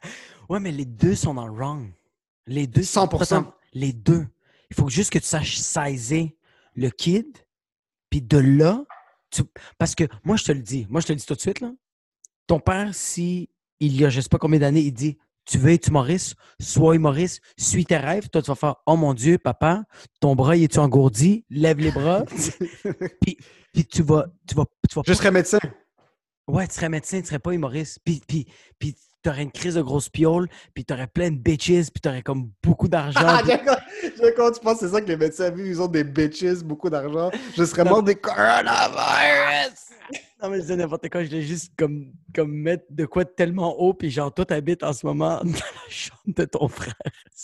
Ouais, mais les deux sont dans le wrong. Les deux.
cent pour cent.
Les deux. Il faut juste que tu saches saisir le kid, puis de là, tu... parce que moi, je te le dis, moi, je te le dis tout de suite, là. Ton père, si il y a je sais pas combien d'années, il dit tu veux être humoriste, sois humoriste, suis tes rêves. Toi, tu vas faire oh mon Dieu, papa, ton bras, il est-tu engourdi? Lève les bras. puis, puis tu vas. Tu vas, tu vas
Je
pas...
serais médecin.
Ouais, tu serais médecin, tu serais pas humoriste. Puis, puis, puis tu aurais une crise de grosse piole, puis tu aurais plein de bitches, puis tu aurais comme beaucoup d'argent.
Ah,
puis...
d'accord. Quand tu penses que c'est ça que les médecins vivent, ils ont des bitches, beaucoup d'argent. Je serais
Non.
mort des coronavirus.
Non, mais je dis n'importe quoi, je voulais juste comme, comme mettre de quoi de tellement haut, puis genre, toi, t'habites en ce moment dans la chambre de ton frère.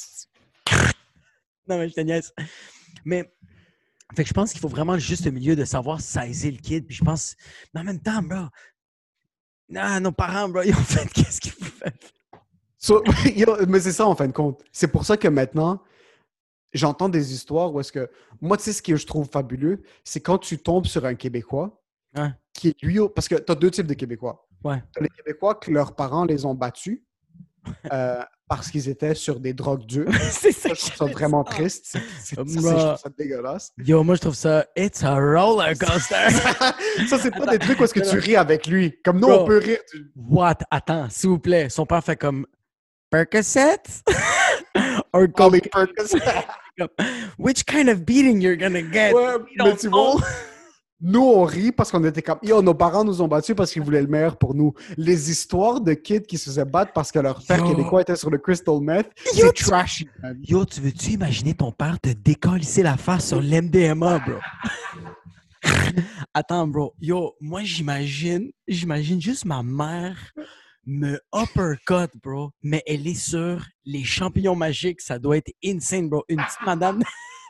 Non, mais je te niaise. Mais, fait que je pense qu'il faut vraiment le juste milieu de savoir saisir le kid, puis je pense, mais en même temps, bro, non, nos parents, bro, ils ont fait qu'est-ce qu'ils pouvaient faire.
So, yo, mais c'est ça, en fin de compte. C'est pour ça que maintenant, j'entends des histoires où est-ce que... Moi, tu sais, ce que je trouve fabuleux, c'est quand tu tombes sur un Québécois
Ouais.
qui est lui... Parce que tu as deux types de Québécois.
Ouais.
Tu as les Québécois que leurs parents les ont battus euh, parce qu'ils étaient sur des drogues dures.
C'est ça,
Ça, je trouve ça vraiment triste. C'est, c'est, ça, c'est, je trouve ça dégueulasse.
Yo, moi, je trouve ça... It's a roller coaster.
Ça, c'est pas des trucs où est-ce que tu ris avec lui. Comme nous,
Bro.
on peut rire. Du...
What? Attends, s'il vous plaît. Son père fait comme... Percocet? Or
Oh, mais
coke?
Percocet.
Which kind of beating you're gonna get?
Ouais,
We
mais
don't
tu
know.
vois, nous, on rit parce qu'on était comme... Yo, nos parents nous ont battus parce qu'ils voulaient le meilleur pour nous. Les histoires de kids qui se faisaient battre parce que leur père
Yo.
québécois était sur le crystal meth,
Yo,
c'est
tu-
trashy, man.
Yo, tu veux-tu imaginer ton père te décalisser la face sur l'M D M A, bro? Attends, bro. Yo, moi, j'imagine... J'imagine juste ma mère me uppercut, bro. Mais elle est sur les champignons magiques. Ça doit être insane, bro. Une petite madame...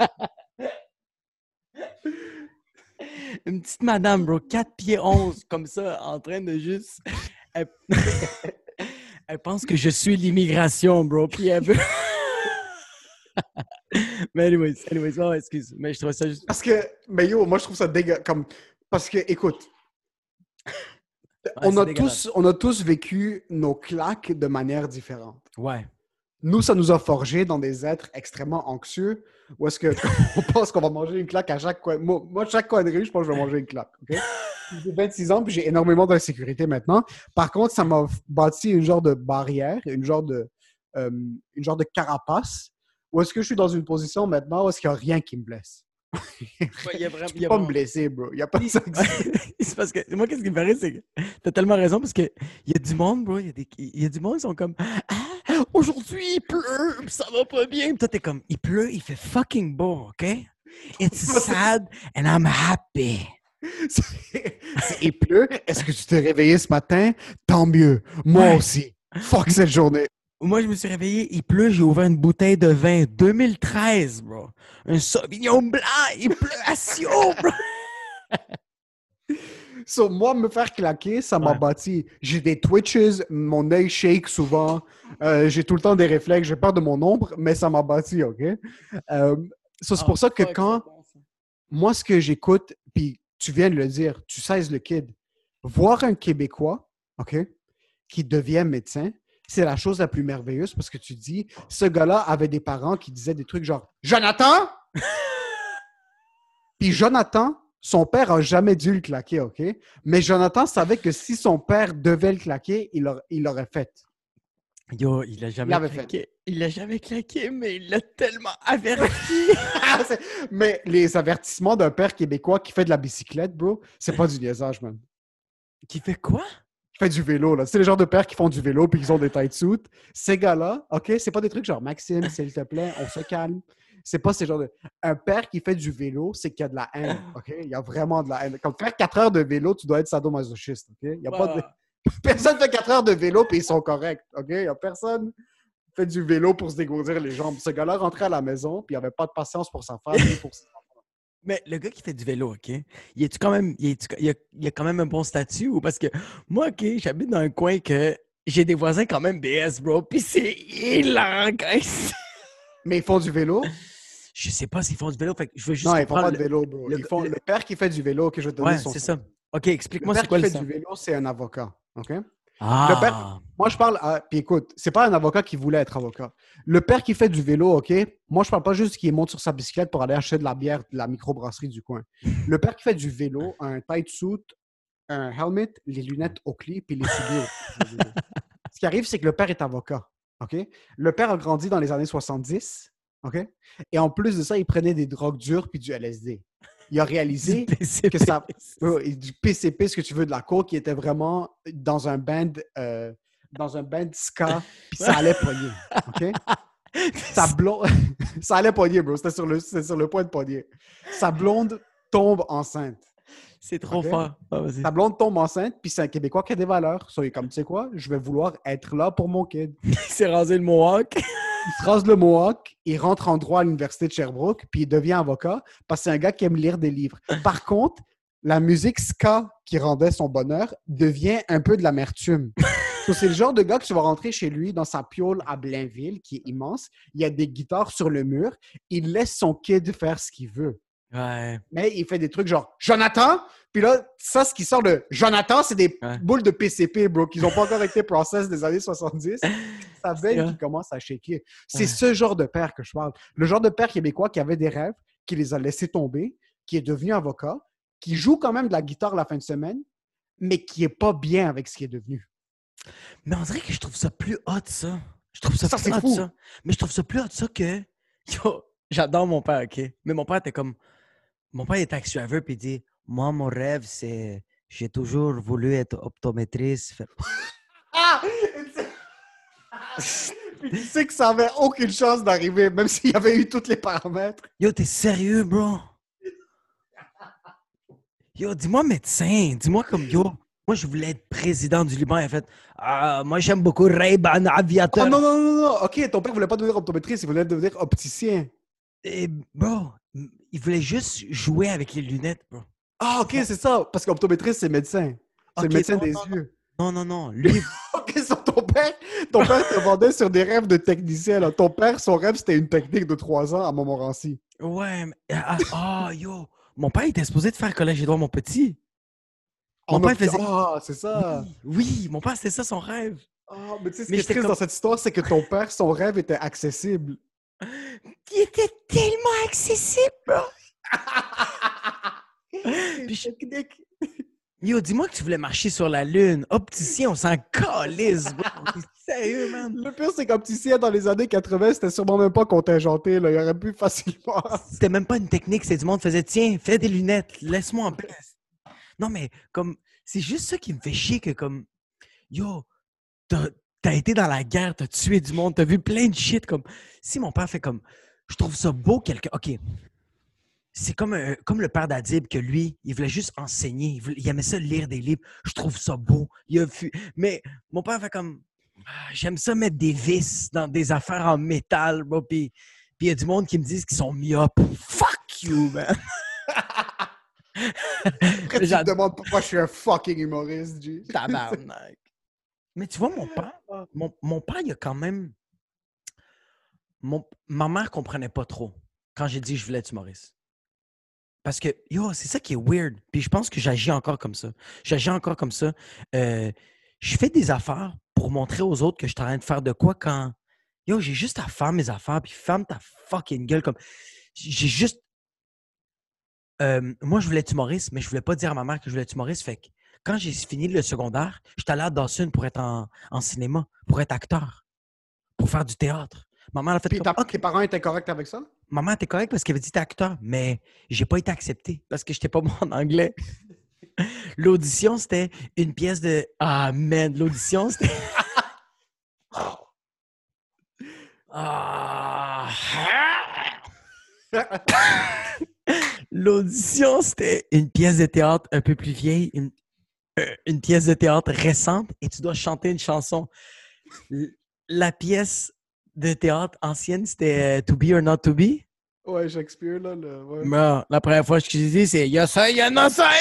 Une petite madame, bro, quatre pieds onze, comme ça, en train de juste... Elle, elle pense que je suis l'immigration, bro, puis elle veut... Mais anyways, anyways, oh, excuse, mais je trouve ça juste...
Parce que... Mais yo, moi, je trouve ça dégueulasse. Comme... Parce que, écoute...
Ouais,
on,
c'est
a
dégueulasse.
tous, on a tous vécu nos claques de manière différente.
Ouais.
Nous, ça nous a forgés dans des êtres extrêmement anxieux. Où est-ce que on pense qu'on va manger une claque à chaque coin? Moi, moi, chaque coin de rue, je pense que je vais manger une claque. Okay? J'ai vingt-six ans, puis j'ai énormément d'insécurité maintenant. Par contre, ça m'a bâti une genre de barrière, une genre de, euh, une genre de carapace. Où est-ce que je suis dans une position maintenant où est-ce qu'il n'y a rien qui me blesse?
Ouais, il y a vraiment...
Je
il y
peux
a
pas
vraiment-
me blesser, bro. Il n'y a pas de ça.
C'est parce que moi, qu'est-ce qui me paraît, c'est que t'as tellement raison parce que il y a du monde, bro. Il y a des, il y a du monde qui sont comme ah, aujourd'hui il pleut, puis ça va pas bien. Puis toi, t'es comme il pleut, il fait fucking beau, ok? It's sad and I'm happy.
C'est- c'est- Il pleut. Est-ce que tu t'es réveillé ce matin? Tant mieux. Moi
Ouais.
aussi. Fuck cette journée.
Moi, je me suis réveillé, il pleut, j'ai ouvert une bouteille de vin deux mille treize, bro. Un Sauvignon blanc, il pleut à Sio, bro.
So, moi, me faire claquer, ça m'a
Ouais.
bâti. J'ai des twitches, mon œil shake souvent. Euh, j'ai tout le temps des réflexes. J'ai peur de mon ombre, mais ça m'a bâti, OK? Euh, so, c'est
Ah,
pour ça que
fuck,
quand...
c'est bon, ça.
Moi, ce que j'écoute, puis tu viens de le dire, tu saises le kid. Voir un Québécois, OK, qui devient médecin, c'est la chose la plus merveilleuse parce que tu dis, ce gars-là avait des parents qui disaient des trucs genre « Jonathan! » Puis Jonathan, son père a jamais dû le claquer, OK? Mais Jonathan savait que si son père devait le claquer, il l'aurait il l'aurait fait.
Yo, il a jamais
l'avait
claqué. Il l'a jamais claqué, mais il l'a tellement averti.
Ah, c'est- Mais les avertissements d'un père québécois qui fait de la bicyclette, bro, c'est pas du liaisage, man.
Qui fait quoi?
Qui fait du vélo, là. C'est les genres de pères qui font du vélo puis qui ont des tight suits. Ces gars-là, OK, c'est pas des trucs genre Maxime, s'il te plaît, on se calme. C'est pas ces genres de. Un père qui fait du vélo, c'est qu'il y a de la haine, OK? Il y a vraiment de la haine. Comme faire quatre heures de vélo, tu dois être sadomasochiste, OK? Il y a pas de. Personne fait quatre heures de vélo puis ils sont corrects, OK? Il y a personne qui fait du vélo pour se dégourdir les jambes. Ce gars-là rentrait à la maison puis il avait pas de patience pour sa femme ni pour ses enfants.
Mais le gars qui fait du vélo, OK? Il est quand même. Il, est il, a, il a quand même un bon statut ou parce que moi, OK, j'habite dans un coin que j'ai des voisins quand même B S, bro. Puis c'est hilarant quand ils-
Mais ils font du vélo?
Je sais pas s'ils font du vélo. Fait que je veux juste.
Non, ils font pas
comprendre
de vélo, bro.
le-
Ils font...
le-
le père qui fait du vélo, que je vais te donner
Ouais,
son
c'est
nom.
ça. OK,
Le
explique-moi
père
c'est quoi
qui
le
fait
son.
du vélo, c'est un avocat. OK?
Ah!
Le père, moi, je parle... À, puis écoute, c'est pas un avocat qui voulait être avocat. Le père qui fait du vélo, OK? Moi, je parle pas juste qu'il monte sur sa bicyclette pour aller acheter de la bière de la microbrasserie du coin. Le père qui fait du vélo, un tight suit, un helmet, les lunettes Oakley, puis les souliers aussi. Ce qui arrive, c'est que le père est avocat, OK? Le père a grandi dans les années soixante-dix, OK? Et en plus de ça, il prenait des drogues dures puis du L S D. Il a réalisé
Du P C P.
que ça... Ouais, du P C P, ce que tu veux, de la coke, qui était vraiment dans un band, euh, dans un band ska, puis ça allait pogner, OK? Sa blonde... ça allait pogner, bro. C'était sur le, c'était sur le point de pogner. Sa blonde tombe enceinte.
C'est trop
Ok.
fort. Ah, vas-y.
Sa blonde tombe enceinte, puis c'est un Québécois qui a des valeurs. So, il est comme, tu sais quoi, je vais vouloir être là pour mon kid.
Il s'est rasé le mohawk.
Il se rase le mohawk, il rentre en droit à l'université de Sherbrooke, puis il devient avocat parce que c'est un gars qui aime lire des livres. Par contre, la musique ska qui rendait son bonheur devient un peu de l'amertume. So, c'est le genre de gars que tu vas rentrer chez lui dans sa piole à Blainville, qui est immense. Il y a des guitares sur le mur. Il laisse son kid faire ce qu'il veut.
Ouais.
Mais il fait des trucs genre « Jonathan! » Puis là, ça, ce qui sort de « Jonathan », c'est des
Ouais.
boules de P C P, bro, qui n'ont pas encore été process des années soixante-dix. Sa veine
vrai.
qui commence à shaker. C'est
Ouais.
ce genre de père que je parle. Le genre de père québécois qui avait des rêves, qui les a laissés tomber, qui est devenu avocat, qui joue quand même de la guitare la fin de semaine, mais qui est pas bien avec ce qui est devenu.
Mais on dirait que je trouve ça plus hot, ça. Je trouve ça,
Ça,
plus
c'est
hot,
fou.
ça. Mais je trouve ça plus hot, ça, que... Yo, j'adore mon père, OK? Mais mon père était comme... Mon père est taxi driver, puis il dit, moi, mon rêve, c'est... J'ai toujours voulu être optométriste. Fait-
Ah! Puis tu sais que ça avait aucune chance d'arriver, même s'il y avait eu tous les paramètres.
Yo, t'es sérieux, bro? Yo, dis-moi médecin. Dis-moi comme, yo, moi, je voulais être président du Liban. Il a fait, ah, moi, j'aime beaucoup Ray-Ban Aviateur.
Oh non, non, non, non. OK, ton père voulait pas devenir optométriste, il voulait devenir opticien.
Et, bro, il voulait juste jouer avec les lunettes, bro.
Ah, OK, c'est ça. Parce qu'optométriste, c'est médecin. C'est
Ok,
le médecin
non,
des
non,
yeux.
Non, non, non. Lui,
OK, sur ton père, ton père te vendait sur des rêves de technicien. Là. Ton père, son rêve, c'était une technique de trois ans à Montmorency.
ouais, mais... Ah, ah, yo. Mon père était supposé de faire collège Édouard, mon petit. Mon
En
père
opti-
faisait...
Ah, c'est ça.
Oui, oui, mon père, c'était ça son rêve.
Ah, mais tu sais, ce
Mais
qui est
j'étais
triste
comme-
dans cette histoire, c'est que ton père, son rêve était accessible.
Il était tellement accessible, bro.
Puis
je- Yo, dis-moi que tu voulais marcher sur la Lune. Opticien, on s'en calisse, bro. T'es sérieux, man?
Le pire, c'est qu'opticien, dans les années quatre-vingts, c'était sûrement même pas contingenté. Là. Il aurait pu facilement...
C'était même pas une technique, c'est du monde qui faisait, tiens, fais des lunettes, laisse-moi en paix. Non, mais comme, c'est juste ça qui me fait chier que comme, yo, t'as, t'as été dans la guerre, t'as tué du monde, t'as vu plein de shit comme, si mon père fait comme, je trouve ça beau quelqu'un, ok, c'est comme, un- comme le père d'Adib que lui, il voulait juste enseigner, il, voulait- il aimait ça lire des livres, je trouve ça beau, il a fu- mais mon père fait comme, ah, j'aime ça mettre des vis dans des affaires en métal, bro, puis puis il y a du monde qui me disent qu'ils sont myopes. Fuck you, man!
Après, tu
J'ad-
te demandes pourquoi je suis un fucking humoriste, G.
Tabarnak. Mais tu vois, mon père, mon, mon père, il a quand même... Mon, ma mère comprenait pas trop quand j'ai dit que je voulais être humoriste. Parce que, yo, c'est ça qui est weird. Puis je pense que j'agis encore comme ça. J'agis encore comme ça. Euh, je fais des affaires pour montrer aux autres que je suis en train de faire de quoi quand... Yo, j'ai juste à faire mes affaires, puis ferme ta fucking gueule. Comme... J'ai juste... Euh, moi, je voulais être humoriste, mais je voulais pas dire à ma mère que je voulais être humoriste. Fait que quand j'ai fini le secondaire, j'étais allé à Dawson pour être en, en cinéma, pour être acteur, pour faire du théâtre. Ma mère a fait
Puis
comme,
ta-
OK.
tes parents étaient corrects avec ça?
Maman était correcte parce qu'elle avait dit t'es acteur, mais j'ai pas été accepté parce que j'étais pas bon en anglais. L'audition, c'était une pièce de... Ah, man, l'audition, c'était... Ah... L'audition, c'était une pièce de théâtre un peu plus vieille, une, euh, une pièce de théâtre récente, et tu dois chanter une chanson. L- La pièce de théâtre ancienne, c'était euh, To Be or Not To Be.
Ouais, Shakespeare, là. Le... Ouais.
Non, la première fois que je l'ai dit, c'est « Yes, I, you know, ça! »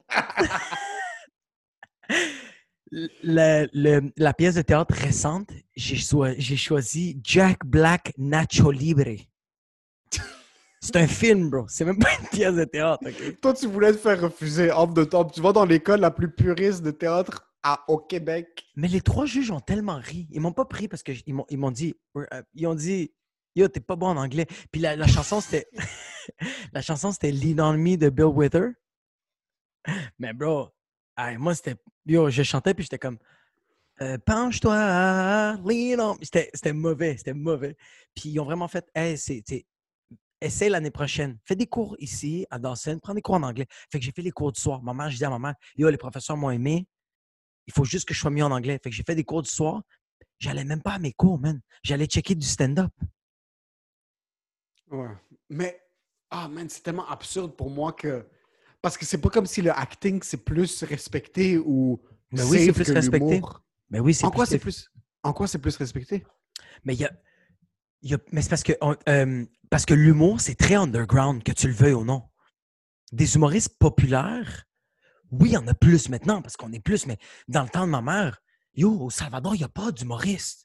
Le- le- La pièce de théâtre récente, j'ai choi- j'ai choisi Jack Black Nacho Libre. C'est un film, bro. C'est même pas une pièce de théâtre, OK?
Toi, tu voulais te faire refuser off the top. Tu vas dans l'école la plus puriste de théâtre à, au Québec.
Mais les trois juges ont tellement ri. Ils m'ont pas pris parce qu'ils m'ont, ils m'ont dit, euh, ils ont dit, yo, t'es pas bon en anglais. Puis la, la chanson, c'était, la chanson, c'était Lean on Me de Bill Withers. Mais bro, hey, moi, c'était, yo, je chantais puis j'étais comme, euh, penche-toi, lean on. C'était, c'était mauvais, c'était mauvais. Puis ils ont vraiment fait, hey, c'est, c'est essaie l'année prochaine. Fais des cours ici, à Dawson, prends des cours en anglais. Fait que j'ai fait les cours du soir. Ma mère, je disais à ma mère, yo, les professeurs m'ont aimé. Il faut juste que je sois mieux en anglais. Fait que j'ai fait des cours du soir. J'allais même pas à mes cours, man. J'allais checker du stand-up.
Ouais. Mais, ah, man, c'est tellement absurde pour moi que. Parce que c'est pas comme si le acting, c'est plus respecté ou.
Mais oui, c'est plus
que
respecté.
l'humour.
Mais oui, c'est
en quoi
plus...
c'est plus. En quoi c'est plus respecté?
Mais il y a. Y a... Mais c'est parce que, on, euh, parce que l'humour, c'est très underground, que tu le veuilles ou non. Des humoristes populaires, oui, il y en a plus maintenant, parce qu'on est plus, mais dans le temps de ma mère, yo, au Salvador, il n'y a pas d'humoristes.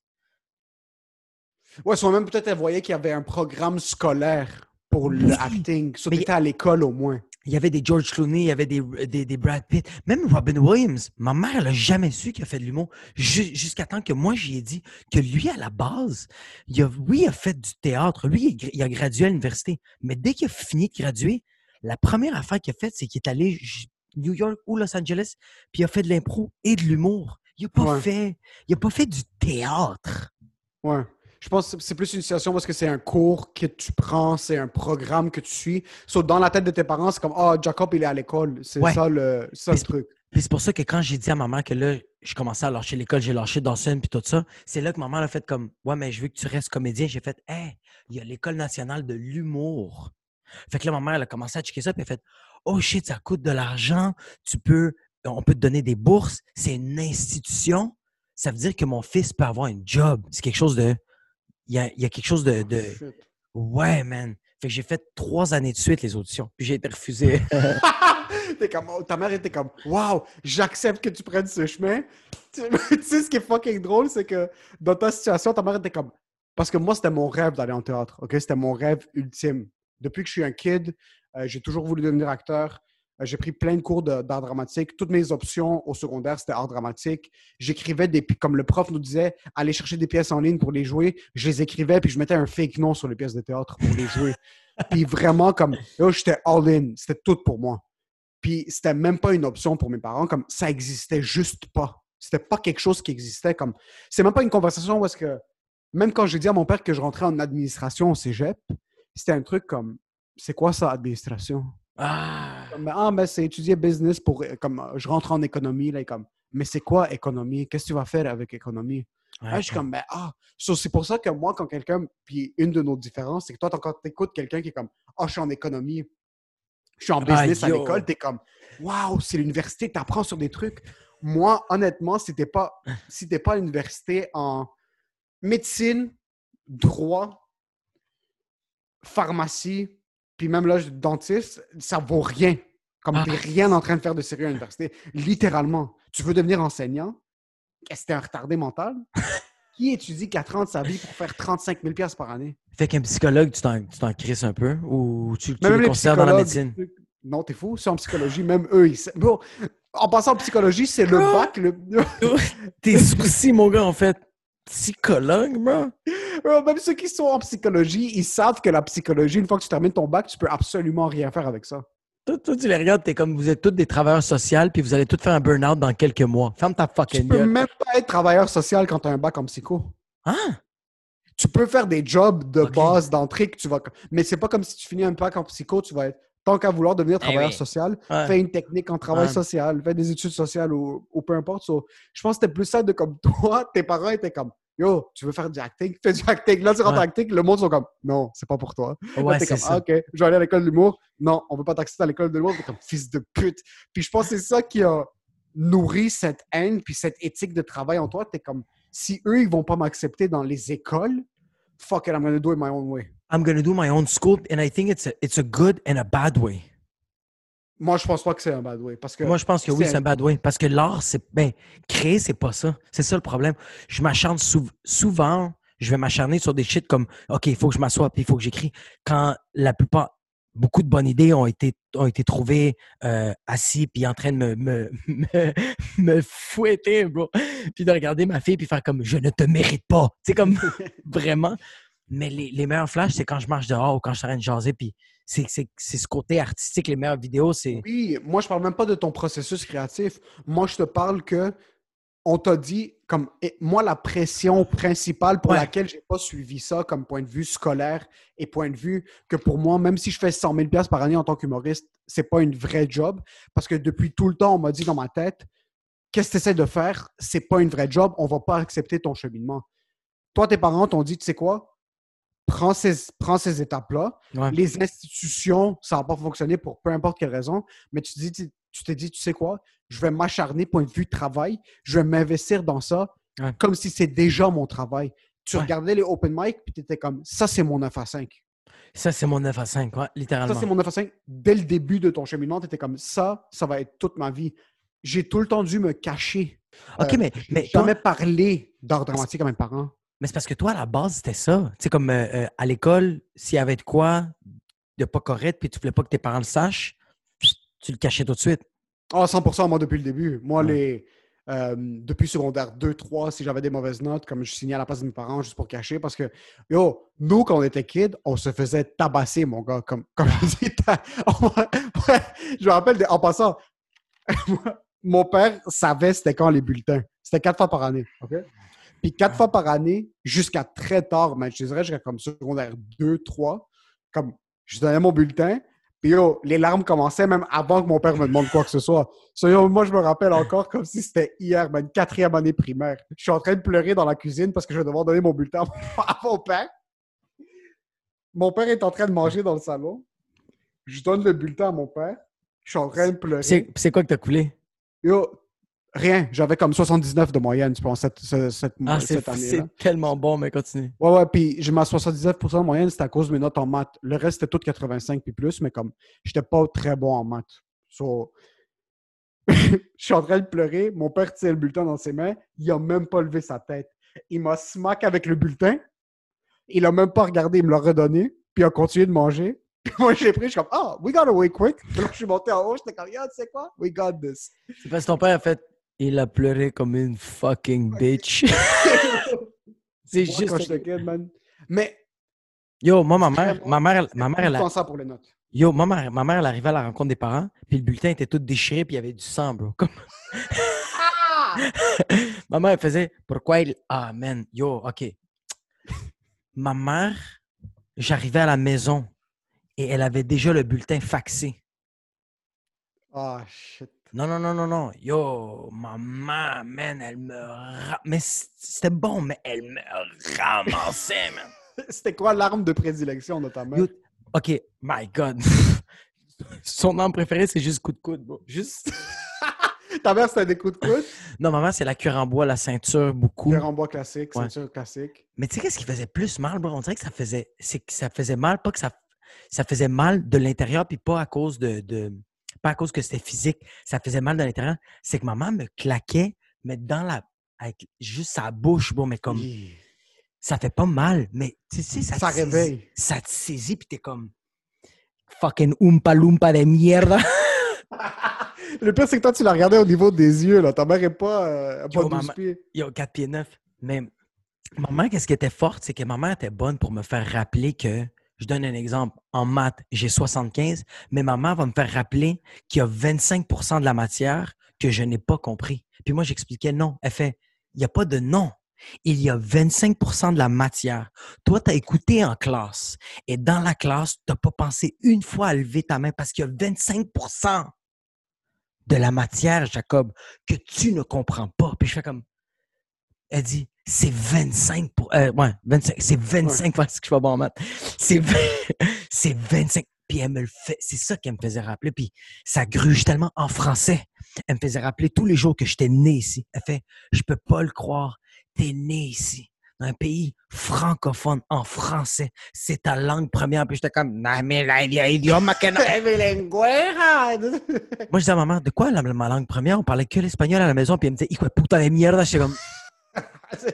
Ouais, soit même peut-être elle voyait qu'il y avait un programme scolaire pour
Oui.
le acting. Soit tu étais à l'école au moins.
Il y avait des George Clooney, il y avait des, des, des Brad Pitt. Même Robin Williams, ma mère, elle n'a jamais su qu'il a fait de l'humour. Ju- jusqu'à temps que moi, j'y ai dit que lui, à la base, il a, oui, il a fait du théâtre. Lui, il, il a gradué à l'université. Mais dès qu'il a fini de graduer, la première affaire qu'il a faite, c'est qu'il est allé New York ou Los Angeles, puis il a fait de l'impro et de l'humour. Il n'a pas
Ouais.
fait, il a pas fait du théâtre.
Ouais. Je pense que c'est plus une situation parce que c'est un cours que tu prends, c'est un programme que tu suis. So, dans la tête de tes parents, c'est comme « Ah, oh, Jacob, il est à l'école. » C'est
Ouais.
ça le, ça, le truc.
Puis c'est pour ça que quand j'ai dit à ma mère que là, je commençais à lâcher l'école, j'ai lâché Dawson puis tout ça, c'est là que ma mère a fait comme « Ouais, mais je veux que tu restes comédien. » J'ai fait « Hey, il y a l'École nationale de l'humour. » Fait que là, ma mère, elle a commencé à checker ça puis elle a fait « Oh shit, ça coûte de l'argent. Tu peux, on peut te donner des bourses. C'est une institution. Ça veut dire que mon fils peut avoir un job. C'est quelque chose de... Il y a, il y a quelque chose de... de... Ouais, man. Fait que j'ai fait trois années de suite les auditions. Puis j'ai été refusé.
T'es comme, oh, ta mère était comme « Wow, j'accepte que tu prennes ce chemin. » Tu sais, ce qui est fucking drôle, c'est que dans ta situation, ta mère était comme... Parce que moi, c'était mon rêve d'aller en théâtre. Ok, c'était mon rêve ultime. Depuis que je suis un kid, euh, j'ai toujours voulu devenir acteur. Euh, j'ai pris plein de cours de, d'art dramatique. Toutes mes options au secondaire, c'était art dramatique. J'écrivais des... Comme le prof nous disait, aller chercher des pièces en ligne pour les jouer. Je les écrivais, puis je mettais un fake nom sur les pièces de théâtre pour les jouer. Puis vraiment, comme... Là, j'étais all-in. C'était tout pour moi. Puis c'était même pas une option pour mes parents. Comme ça existait juste pas. C'était pas quelque chose qui existait. Comme... C'est même pas une conversation parce que... Même quand j'ai dit à mon père que je rentrais en administration au cégep, c'était un truc comme, c'est quoi ça, administration?
Ah!
Comme, ah, ben c'est étudier business pour, comme, je rentre en économie, là, comme, mais c'est quoi économie? Qu'est-ce que tu vas faire avec économie?
Ouais,
ah, je suis comme, ben, ah, so, c'est pour ça que moi, quand quelqu'un, puis une de nos différences, c'est que toi, quand tu écoutes quelqu'un qui est comme, ah, oh, je suis en économie, je suis en business
ah,
à l'école, tu es comme, waouh, c'est l'université, tu apprends sur des trucs. Moi, honnêtement, si tu n'es pas, si t'es pas à l'université en médecine, droit, pharmacie, puis même là, dentiste, ça vaut rien. Comme
Ah.
t'es rien en train de faire de sérieux à l'université. Littéralement. Tu veux devenir enseignant? Est-ce que t'es un retardé mental? Qui étudie quatre ans de sa vie pour faire trente-cinq mille dollars par année?
Fait qu'un psychologue, tu t'en, tu t'en crisses un peu ou tu, tu
Même
les
les
considères dans la
psychologues-
médecine?
Non, t'es fou. C'est en psychologie. Même eux, ils... Bon, en passant en psychologie, c'est le
Bro.
bac. Le...
Tes soucis, mon gars, en fait. Psychologue, bro?
Bro, même ceux qui sont en psychologie, ils savent que la psychologie, une fois que tu termines ton bac, tu peux absolument rien faire avec ça.
Toi, toi, tu les regardes, t'es comme, vous êtes tous des travailleurs sociaux, puis vous allez tous faire un burn-out dans quelques mois. Ferme ta
Tu
fucking
peux
gueule.
même pas être travailleur social quand tu as un bac en psycho.
Hein?
Tu peux faire des jobs de
Ok.
base d'entrée que tu vas... Mais c'est pas comme si tu finis un bac en psycho, tu vas être... Tant qu'à vouloir devenir travailleur
oui.
social,
Ouais.
fais une technique en travail
Ouais.
social, fais des études sociales ou, ou peu importe. So, je pense que c'était plus ça de comme toi, tes parents étaient comme Yo, tu veux faire du acting? Fais du acting. Là, tu rentres en
Ouais.
acting, le monde sont comme Non, c'est pas pour toi.
Ouais,
Là, t'es
c'est
comme
ça.
Ah, ok, je vais aller à l'école de l'humour. Non, on veut pas t'accepter à l'école de l'humour. T'es comme fils de pute. Puis je pense que c'est ça qui a nourri cette haine puis cette éthique de travail en toi. T'es comme Si eux, ils vont pas m'accepter dans les écoles, fuck it, I'm gonna do it my own way.
I'm gonna do my own school, and I think it's a, it's a good and a bad way.
Moi, je pense pas que c'est un bad way. Parce que
Moi, je pense que oui, c'est un bad way. Parce que l'art, c'est. Ben, créer, c'est pas ça. C'est ça le problème. Je m'acharne sou- souvent, je vais m'acharner sur des shit comme OK, il faut que je m'assoie puis il faut que j'écris. Quand la plupart. beaucoup de bonnes idées ont été, ont été trouvées euh, assis puis en train de me, me, me, me fouetter, bro. Puis de regarder ma fille puis faire comme « Je ne te mérite pas ». Tu sais, comme vraiment. Mais les, les meilleurs flashs, c'est quand je marche dehors ou quand je suis en train de jaser. Puis c'est, c'est, c'est ce côté artistique. Les meilleures vidéos, c'est...
Oui, moi, je parle même pas de ton processus créatif. Moi, je te parle que on t'a dit, comme et moi, la pression principale pour
Ouais.
laquelle j'ai pas suivi ça comme point de vue scolaire et point de vue que pour moi, même si je fais cent mille dollars par année en tant qu'humoriste, c'est pas une vraie job. Parce que depuis tout le temps, on m'a dit dans ma tête, qu'est-ce que tu essaies de faire? C'est pas une vraie job. On va pas accepter ton cheminement. Toi, tes parents t'ont dit, tu sais quoi? Prends ces, prends ces étapes-là.
Ouais.
Les institutions, ça va pas fonctionner pour peu importe quelle raison, mais tu te dis, tu, tu t'es dit, tu sais quoi? Je vais m'acharner point de vue travail. Je vais m'investir dans ça
Ouais.
comme si c'est déjà mon travail. Tu
Ouais.
regardais les open mic puis tu étais comme, ça, c'est mon neuf à cinq.
Ça, c'est mon neuf à cinq, ouais, littéralement.
Ça, c'est mon neuf à cinq. Dès le début de ton cheminement, tu étais comme, ça, ça va être toute ma vie. J'ai tout le temps dû me cacher.
OK,
Euh,
mais,
j'ai
mais,
jamais
toi-
parlé d'art dramatique à mes parents.
mais c'est parce que toi, à la base, c'était ça. Tu sais, comme euh, euh, à l'école, s'il y avait de quoi de pas correct puis tu voulais pas que tes parents le sachent, tu le cachais tout de suite.
Ah, cent pour cent moi depuis le début. Moi,
Ouais.
les, euh, depuis secondaire deux, trois, si j'avais des mauvaises notes, comme je signais à la place de mes parents juste pour cacher, parce que, yo, nous, quand on était kids, on se faisait tabasser, mon gars. Comme, comme je dis, ta- on- ouais, je me rappelle, de- en passant, mon père savait c'était quand les bulletins. C'était quatre fois par année. OK? Puis quatre fois par année, jusqu'à très tard, mais je dirais jusqu'à comme secondaire deux, trois, comme je donnais mon bulletin, puis yo, les larmes commençaient même avant que mon père me demande quoi que ce soit. So, yo, moi, je me rappelle encore comme si c'était hier, ma quatrième année primaire. Je suis en train de pleurer dans la cuisine parce que je vais devoir donner mon bulletin à mon père. Mon père est en train de manger dans le salon. Je donne le bulletin à mon père. Je suis en train de pleurer.
C'est, c'est quoi que t'as coulé?
Yo, rien. J'avais comme soixante-dix-neuf de moyenne, tu penses, cette, cette, cette,
Ah, c'est,
cette année-là.
c'est tellement bon, mais continue.
Ouais, ouais, puis j'ai ma soixante-dix-neuf pour cent de moyenne, c'était à cause de mes notes en maths. Le reste, c'était tout quatre-vingt-cinq puis plus, mais comme, j'étais pas très bon en maths. So, je suis en train de pleurer, mon père tient le bulletin dans ses mains, il a même pas levé sa tête. Il m'a smack avec le bulletin, il a même pas regardé, il me l'a redonné, puis il a continué de manger. Puis moi, j'ai pris, je suis comme, ah, we got away quick. Puis là, je suis monté en haut, j'étais comme, yeah, tu sais quoi? We got this.
C'est parce que ton père a fait « Il a pleuré comme une fucking bitch. » C'est
Moi,
juste...
quand j'étais kid, man. Mais,
Yo, moi, ma mère,
Vraiment,
ma mère, ma mère, elle a...
tout le temps ça pour les notes.
Yo, ma mère, ma mère, elle arrivait à la rencontre des parents, puis le bulletin était tout déchiré, puis il y avait du sang, bro. Comme... ma mère, elle faisait « Pourquoi il... » Ah, man, yo, OK. Ma mère, j'arrivais à la maison et elle avait déjà le bulletin faxé.
Ah, shit.
Non, non, non, non, non. Yo, maman, man, elle me... ra- Mais c- c'était bon, mais elle me ramassait, man.
C'était quoi l'arme de prédilection de ta mère?
Yo, OK, my God. Son arme préférée, c'est juste coup de coude, bro. Juste...
Ta mère, c'était des coups de coude?
Non, maman, c'est la cuir en bois, la ceinture, beaucoup.
Cœur en bois classique,
Ouais.
ceinture classique.
Mais tu sais, qu'est-ce qui faisait plus mal, bro? On dirait que ça faisait... C'est que ça faisait mal, pas que ça... Ça faisait mal de l'intérieur, puis pas à cause de... de... Pas à cause que c'était physique. Ça faisait mal de l'intérieur. C'est que maman me claquait, mais dans la... Avec juste sa bouche, bro, mais comme...
Hi.
Ça fait pas mal, mais tu sais, ça,
Ça
te saisit-
réveille.
ça te saisit, puis t'es comme fucking oompa loompa de mierda.
Le pire, c'est que toi, tu l'as regardé au niveau des yeux. Là. Ta mère n'est pas, euh, pas
Yo,
douze
maman-
pieds.
Yo, quatre pieds neuf. Mais maman, qu'est-ce qui était forte, c'est que maman était bonne pour me faire rappeler que, je donne un exemple, en maths, j'ai soixante-quinze, mais maman va me faire rappeler qu'il y a vingt-cinq pour cent de la matière que je n'ai pas compris. Puis moi, j'expliquais non. Elle fait, il n'y a pas de non. Il y a vingt-cinq pour cent de la matière. Toi, tu as écouté en classe. Et dans la classe, tu n'as pas pensé une fois à lever ta main parce qu'il y a vingt-cinq pour cent de la matière, Jacob, que tu ne comprends pas. Puis je fais comme... Elle dit, c'est vingt-cinq pour... Euh, ouais, vingt-cinq. C'est vingt-cinq parce que je suis pas bon en maths. C'est, vingt c'est vingt-cinq. Puis elle me le fait. C'est ça qu'elle me faisait rappeler. Puis ça gruge tellement en français. Elle me faisait rappeler tous les jours que j'étais né ici. Elle fait, je peux pas le croire. T'es né ici, dans un pays francophone, en français. C'est ta langue première. Puis j'étais comme, non, mais l'idiome que no es bilingüe. Moi, je disais à maman, de quoi la, ma langue première? On parlait que l'espagnol à la maison. Puis elle me disait, hijo de puta de mierda. J'étais comme,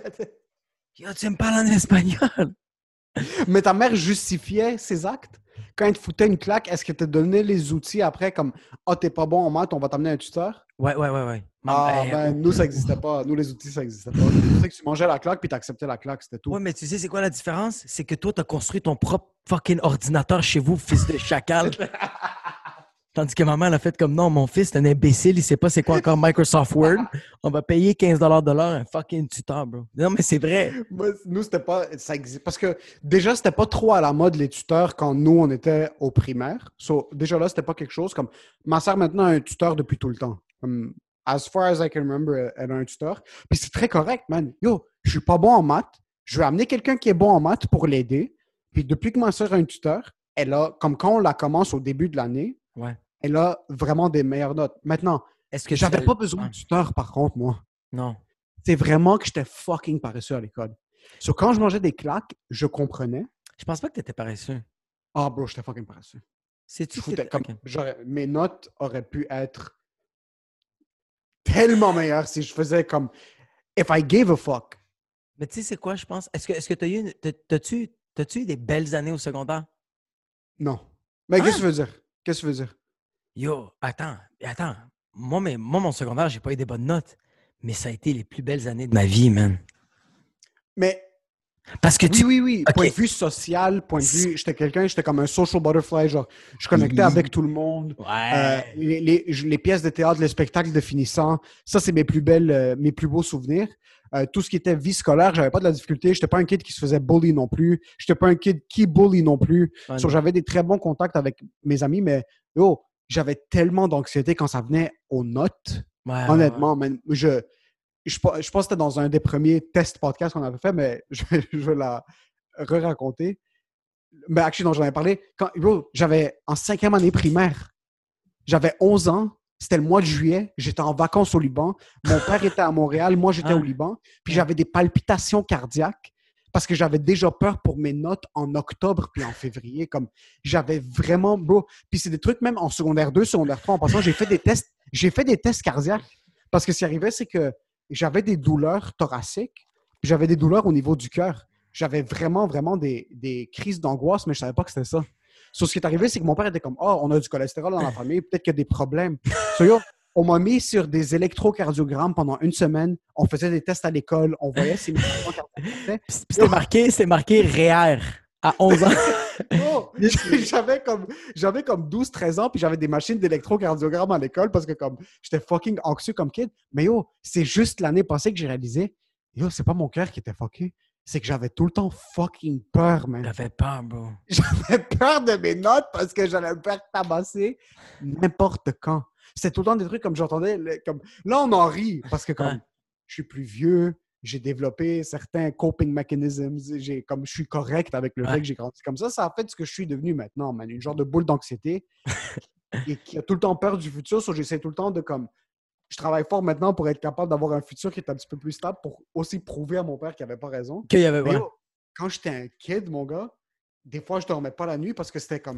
yo, tu me parles en espagnol.
Mais ta mère justifiait ses actes. quand ils te foutaient une claque, est-ce que tu te donnais les outils après comme « Ah, t'es pas bon en maths, on va t'amener un tuteur? »
Ouais, ouais, ouais, ouais.
Ah,
Maman,
ben,
euh,
nous, ça n'existait pas. Nous, les outils, ça n'existait pas. Tu sais que tu mangeais la claque puis tu acceptais la claque, c'était tout.
ouais, mais tu sais, c'est quoi la différence? C'est que toi, t'as construit ton propre fucking ordinateur chez vous, fils de chacal. Tandis que maman, elle a fait comme non, mon fils, c'est un imbécile, il sait pas c'est quoi encore Microsoft Word. On va payer quinze dollars de l'heure un fucking tuteur, bro. Non, mais c'est vrai.
Moi, nous, c'était pas. Ça existe. Parce que déjà, c'était pas trop à la mode les tuteurs quand nous, on était au primaire. So, déjà là, c'était pas quelque chose comme. Ma soeur maintenant a un tuteur depuis tout le temps. Comme, as far as I can remember, elle a un tuteur. Puis c'est très correct, man. Yo, je suis pas bon en maths. Je vais amener quelqu'un qui est bon en maths pour l'aider. Puis depuis que ma soeur a un tuteur, elle a, comme quand on la commence au début de l'année,
Ouais.
elle a vraiment des meilleures notes. Maintenant,
Est-ce que
j'avais
tu...
pas besoin
Ouais.
de tuteur, par contre, moi.
Non.
C'est vraiment que j'étais fucking paresseux à l'école. So, quand je mangeais des claques, je comprenais.
Je pense pas que t'étais paresseux.
Ah, bro, j'étais fucking paresseux.
C'est-tu
Je
que
foutais
t'étais...
comme,
ok.
j'aurais- mes notes auraient pu être tellement meilleures si je faisais comme if I gave a fuck.
Mais tu sais, c'est quoi, je pense? Est-ce que est-ce que t'as eu... une- t'as- T'as-tu... T'as-tu eu des belles années au secondaire?
Non. Mais
Hein?
qu'est-ce que tu veux dire? Qu'est-ce que tu veux dire?
Yo, attends, attends. Moi, mais, moi, mon secondaire, j'ai pas eu des bonnes notes. Mais ça a été les plus belles années de ma vie, man.
Mais
Parce que
oui,
tu...
oui, oui.
Ok.
Point de vue social, point de vue, j'étais quelqu'un, j'étais comme un social butterfly, genre, je connectais
Oui.
avec tout le monde. Euh,
Ouais.
les, les- je- les pièces de théâtre, les spectacles de finissant, ça, c'est mes plus belles, euh, mes plus beaux souvenirs. Euh, tout ce qui était vie scolaire, j'avais pas de la difficulté. J'étais pas un kid qui se faisait bully non plus. J'étais pas un kid qui bully non plus.
Ouais,
So,
non.
j'avais des très bons contacts avec mes amis, mais yo, j'avais tellement d'anxiété quand ça venait aux notes.
Ouais, ouais,
Honnêtement, man, je, je, pense je pense que c'était dans un des premiers tests podcast qu'on avait fait, mais je, vais- je vais la re-raconter. Mais actually, non, j'en avais parlé. Quand, bro, j'avais en cinquième année primaire, j'avais onze ans. C'était le mois de juillet. J'étais en vacances au Liban. Mon père était à Montréal. Moi, j'étais
Ah.
au Liban. Puis
Ah.
j'avais des palpitations cardiaques parce que j'avais déjà peur pour mes notes en octobre puis en février. Comme j'avais vraiment, bro. Puis c'est des trucs même en secondaire deux, secondaire trois. En passant, j'ai fait des tests. J'ai fait des tests cardiaques parce que ce qui arrivait, c'est que j'avais des douleurs thoraciques. Puis j'avais des douleurs au niveau du cœur. J'avais vraiment, vraiment des, des crises d'angoisse, mais je savais pas que c'était ça. So, ce qui est arrivé, c'est que mon père était comme « Ah, oh, on a du cholestérol dans la famille, peut-être qu'il y a des problèmes. » So, yo, on m'a mis sur des électrocardiogrammes pendant une semaine. On faisait des tests à l'école. On voyait si mes battements cardiaques étaient.
Puis c'était marqué, c'était marqué R E E R à onze ans.
Oh, j'avais comme, j'avais comme douze treize ans, puis j'avais des machines d'électrocardiogramme à l'école parce que comme j'étais fucking anxieux comme kid. Mais yo, c'est juste l'année passée que j'ai réalisé, yo, c'est pas mon cœur qui était fucké. C'est que j'avais tout le temps fucking peur, man.
J'avais peur, bro.
J'avais peur de mes notes parce que j'allais me faire tabasser n'importe quand. C'était tout le temps des trucs comme j'entendais. le- Comme... Là, on en rit parce que comme
Ouais.
je suis plus vieux, j'ai développé certains coping mechanisms. J'ai, comme je suis correct avec le
Ouais.
fait que j'ai grandi comme ça. Ça a fait ce que je suis devenu maintenant, man. Une genre de boule d'anxiété et qui a tout le temps peur du futur. So, j'essaie tout le temps de comme. Je travaille fort maintenant pour être capable d'avoir un futur qui est un petit peu plus stable pour aussi prouver à mon père qu'il n'avait pas raison.
Qu'il y avait...
Mais
ouais.
yo, quand j'étais un kid, mon gars, des fois, je dormais pas la nuit parce que c'était comme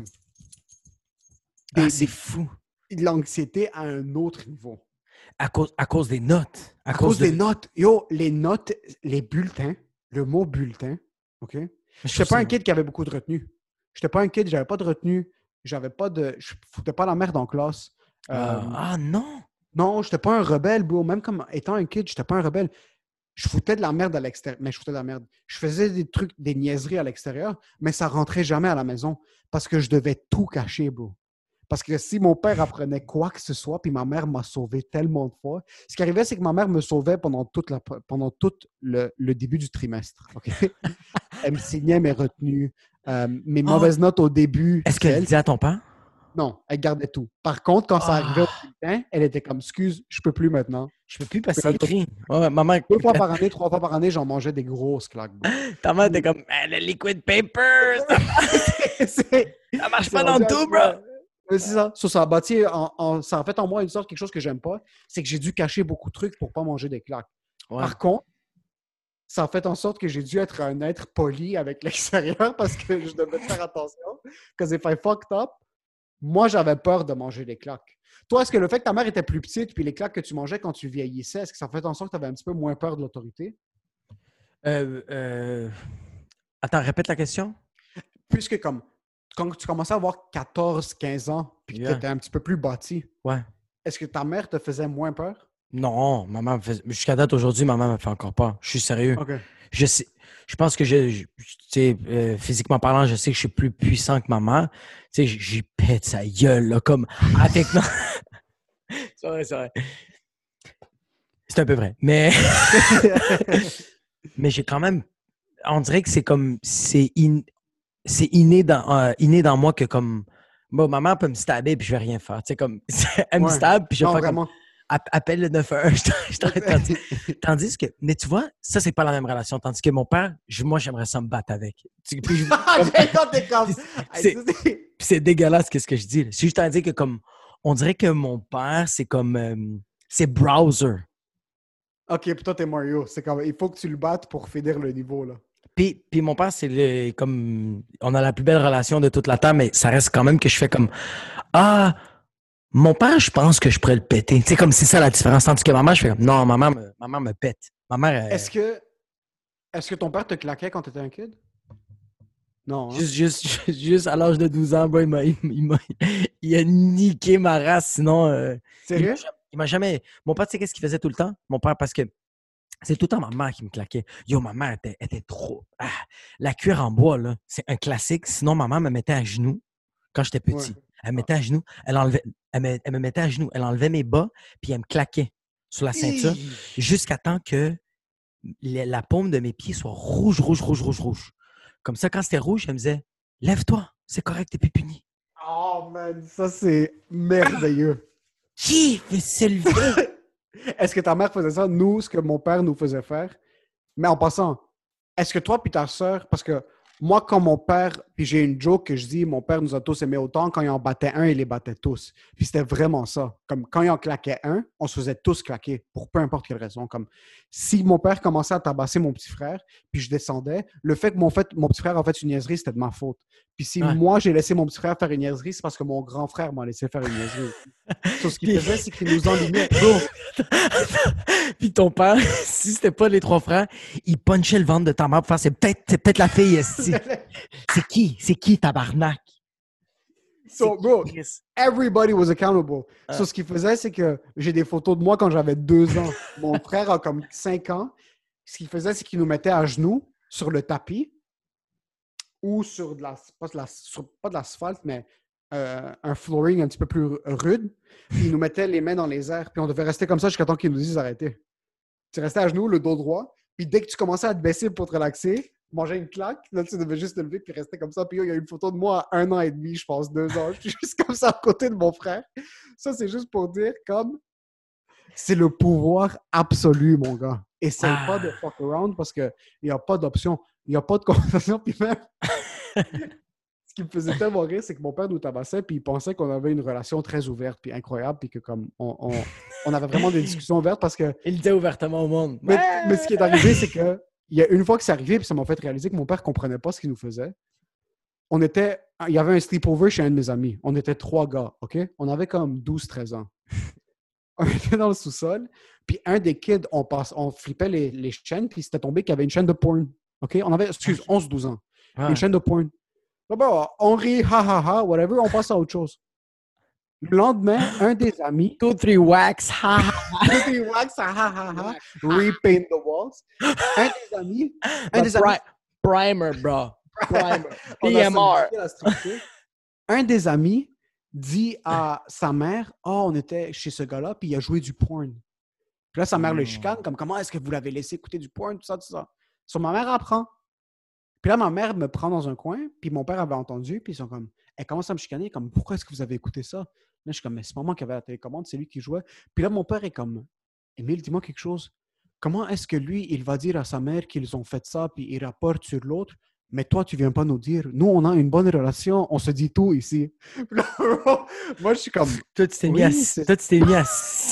Ah,
des-
c'est fou.
de l'anxiété à un autre niveau.
À cause, à cause des notes. À,
À cause
de...
des notes. Yo, les notes, les bulletins, le mot bulletin, OK?
Je
Je
trouve
n'étais pas
ça-
un kid qui avait beaucoup de retenue. Je n'étais pas un kid, j'avais pas de retenue. J'avais pas de. Je foutais pas la merde en classe.
Ah,
Euh,
ah, non!
Non, j'étais pas un rebelle, bro. Même comme étant un kid, j'étais pas un rebelle. Je foutais de la merde à l'extérieur. Mais je foutais de la merde. Je faisais des trucs, des niaiseries à l'extérieur, mais ça rentrait jamais à la maison parce que je devais tout cacher, bro. Parce que si mon père apprenait quoi que ce soit, puis ma mère m'a sauvé tellement de fois, ce qui arrivait, c'est que ma mère me sauvait pendant, toute la, pendant tout le, le début du trimestre. OK? Elle me signait mes retenues, euh, mes
Oh.
mauvaises notes au début.
Est-ce
c'est
qu'elle
elle.
le dit à ton père?
Non, elle gardait tout. Par contre, quand ça
Ah.
arrivait au bulletin, elle était comme, excuse, je peux plus maintenant.
Je peux plus parce que c'est écrit. Ouais, maman,
Deux fois par année, trois fois par année, j'en mangeais des grosses claques. bro.
ta mère était comme ah, le liquid paper, ça,
C'est-
ça marche
c'est
pas dans
rendu
le
à-
tout, bro.
Ouais, c'est ça. Ça, ça a bâti en, en- ça a fait en moi une sorte quelque chose que j'aime pas, c'est que j'ai dû cacher beaucoup de trucs pour pas manger des claques.
Ouais.
Par contre, ça a fait en sorte que j'ai dû être un être poli avec l'extérieur parce que je devais faire attention. Because if I fucked up, moi, j'avais peur de manger des claques. Toi, est-ce que le fait que ta mère était plus petite puis les claques que tu mangeais quand tu vieillissais, est-ce que ça fait en sorte que tu avais un petit peu moins peur de l'autorité?
Euh, euh... Attends, répète la question.
Puisque comme quand tu commençais à avoir quatorze quinze ans, puis que
Yeah.
tu étais un petit peu plus bâti,
Ouais.
est-ce que ta mère te faisait moins peur?
Non, maman me fait... Jusqu'à date, aujourd'hui, maman me fait encore peur. Je suis sérieux.
OK.
Je sais... Je pense que je... je- tu sais, euh, physiquement parlant, je sais que je suis plus puissant que maman. Tu sais, j- j'y pète sa gueule, là, comme... Avec... non. C'est vrai, c'est vrai. C'est un peu vrai. Mais... Mais j'ai quand même... On dirait que c'est comme... C'est in... c'est inné dans, euh, inné dans moi que comme... Bon, maman peut me stabber puis je vais rien faire. Tu sais, comme... Elle me
Ouais.
stab puis je vais
Non,
faire comme...
vraiment.
App- Appelle le neuf un un. Je t'en- je t'arrête. Tandis, tandis que... Mais tu vois, ça, c'est pas la même relation. Tandis que mon père, je- moi, j'aimerais ça me battre avec. Tu- Puis, je- comme-
Quand t'es comme...
C'est-
Hey, ça, c'est-
puis c'est dégueulasse qu'est-ce que je dis. là. Si je t'en dis que comme... On dirait que mon père, c'est comme... euh, c'est browser.
OK, puis toi, t'es Mario. C'est comme... Il faut que tu le battes pour finir le niveau, là.
Puis, puis mon père, c'est le, comme... On a la plus belle relation de toute la terre, mais ça reste quand même que je fais comme... Ah... Mon père, je pense que je pourrais le péter. Tu sais, comme c'est ça la différence. Tandis que maman, je fais comme... Non, maman me, maman me pète. Ma mère... elle-
Est-ce que... Est-ce que ton père te claquait quand t'étais un kid? Non, hein?
Juste, juste, juste, juste à l'âge de douze ans, bro, il m'a, il, il m'a, il a niqué ma race. Sinon, euh, il,
Sérieux?
m'a jamais, il m'a jamais... Mon père, tu sais qu'est-ce qu'il faisait tout le temps? Mon père, parce que c'est tout le temps ma mère qui me claquait. Yo, ma mère était, était trop... Ah, la cuir en bois, là, c'est un classique. Sinon, ma mère me mettait à genoux quand j'étais petit.
Ouais.
Elle me mettait à genoux. Elle, enlevait, elle, me, elle me mettait à genoux. Elle enlevait mes bas, puis elle me claquait sur la ceinture jusqu'à temps que les- la paume de mes pieds soit rouge, rouge, rouge, rouge, rouge. Comme ça, quand c'était rouge, elle me disait « Lève-toi, c'est correct, t'es plus puni.
Oh, man, ça, c'est merveilleux. »
Qui veut se lever?
Est-ce que ta mère faisait ça? Nous, ce que mon père nous faisait faire. Mais en passant, est-ce que toi puis ta sœur, parce que moi, quand mon père, puis j'ai une joke que je dis, mon père nous a tous aimés autant, quand il en battait un, il les battait tous. Puis c'était vraiment ça. Comme quand il en claquait un, on se faisait tous claquer, pour peu importe quelle raison. Comme si mon père commençait à tabasser mon petit frère, puis je descendais, le fait que mon, fait, mon petit frère a fait une niaiserie, c'était de ma faute. Puis si
Ouais.
moi, j'ai laissé mon petit frère faire une niaiserie, c'est parce que mon grand frère m'a laissé faire une niaiserie. Sauf ce qu'il
Puis-
faisait, c'est qu'il nous enlignait. Bro,
Puis ton père, si c'était pas les trois frères, il punchait le ventre de ta mère pour faire « C'est peut-être, c'est peut-être la fille, esti. » C'est qui? C'est qui, tabarnak?
So, bro,
Chris.
everybody was accountable.
Ah.
So, ce qu'il faisait, c'est que j'ai des photos de moi quand j'avais deux ans. Mon frère a comme cinq ans. Ce qu'il faisait, c'est qu'il nous mettait à genoux sur le tapis ou sur de la, pas de la- sur- pas de l'asphalte, mais euh, un flooring un petit peu plus rude. Puis il nous mettait les mains dans les airs. Puis on devait rester comme ça jusqu'à temps qu'il nous dise d'arrêter. Tu restais à genoux, le dos droit. Puis dès que tu commençais à te baisser pour te relaxer, manger une claque, là, tu devais juste te lever puis rester comme ça. Puis il y a une photo de moi à un an et demi, je pense, deux ans. Je suis juste comme ça à côté de mon frère. Ça, c'est juste pour dire comme c'est le pouvoir absolu, mon gars. Essaye
Ah.
pas de fuck around parce qu'il n'y a pas d'option. Il n'y a pas de conversation. Puis même, ce qui me faisait tellement rire, c'est que mon père nous tabassait puis il pensait qu'on avait une relation très ouverte puis incroyable puis que comme on, on, on avait vraiment des discussions ouvertes parce que
Il le dit ouvertement au monde.
mais,
Ouais.
mais ce qui est arrivé, c'est que il y a une fois que c'est arrivé, puis ça m'a fait réaliser que mon père comprenait pas ce qu'il nous faisait. On était, il y avait un sleepover chez un de mes amis. On était trois gars, OK? On avait comme douze treize ans. On était dans le sous-sol, puis un des kids, on, passe, on flippait les, les chaînes, puis c'était tombé qu'il y avait une chaîne de porn. OK? On avait, excuse, onze douze ans.
Ouais.
Une chaîne de porn. Là, ben, on rit, ha ha ha, whatever, on passe à autre chose. Le lendemain, un des amis,
Two, three, wax. Ha, ha.
Ruby Wax, ah, ah, ah, ah, repaint the walls. Un des amis, un des amis,
Pri- Primer, bro. Primer.
on a
P M R.
solidifié la structure. Un des amis dit à sa mère, oh, on était chez ce gars-là, puis il a joué du porn. Puis là, sa mère le
Mm.
chicane, comme comment est-ce que vous l'avez laissé écouter du porn, tout ça, tout ça. So, ma mère apprend. Puis là, ma mère me prend dans un coin, puis mon père avait entendu, puis ils sont comme, elle commence à me chicaner, comme, pourquoi est-ce que vous avez écouté ça? Là, je suis comme, mais c'est maman qui avait la télécommande, c'est lui qui jouait. Puis là, mon père est comme, Émile, dis-moi quelque chose. Comment est-ce que lui, il va dire à sa mère qu'ils ont fait ça, puis il rapporte sur l'autre, mais toi, tu viens pas nous dire. Nous, on a une bonne relation, on se dit tout ici. Puis là, moi, je suis comme,
Toi, tu t'es mis
Oui,
à...
c'est-
Toi, tu t'es mis à...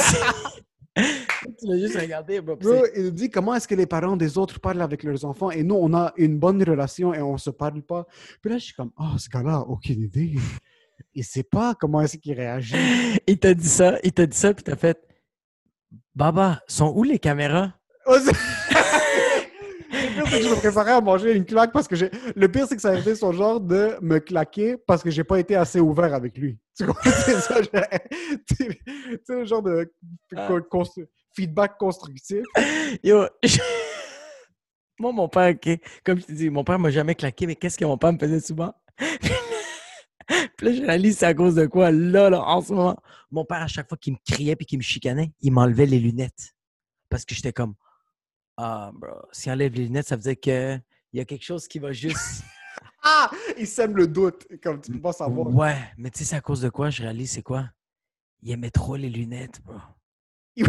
Tu l'as juste regardé, bro. puis
bro,
c'est-
il dit comment est-ce que les parents des autres parlent avec leurs enfants et nous, on a une bonne relation et on se parle pas. Puis là, je suis comme, oh, ce gars-là, aucune idée. Il sait pas comment est-ce qu'il réagit.
Il t'a dit ça, il t'a dit ça, puis t'as fait... Baba, sont où les caméras?
Oh, c'est- pire, c'est que je préférais à manger une claque parce que j'ai. Le pire, c'est que ça a été son genre de me claquer parce que j'ai pas été assez ouvert avec lui. Tu comprends? C'est ça, tu sais, le genre de
Ah.
constru... feedback constructif.
Yo, je- moi, mon père, OK, comme je te dis, mon père m'a jamais claqué, mais qu'est-ce que mon père me faisait souvent? Puis là, je réalise c'est à cause de quoi, là, là, en ce moment. Mon père, à chaque fois qu'il me criait et qu'il me chicanait, il m'enlevait les lunettes. Parce que j'étais comme, ah, bro, s'il enlève les lunettes, ça veut dire qu'il y a quelque chose qui va juste...
Ah! Il sème le doute, comme tu peux pas savoir.
Ouais, mais tu sais, c'est à cause de quoi? Je réalise, c'est quoi? Il aimait trop les lunettes, bro.
Il...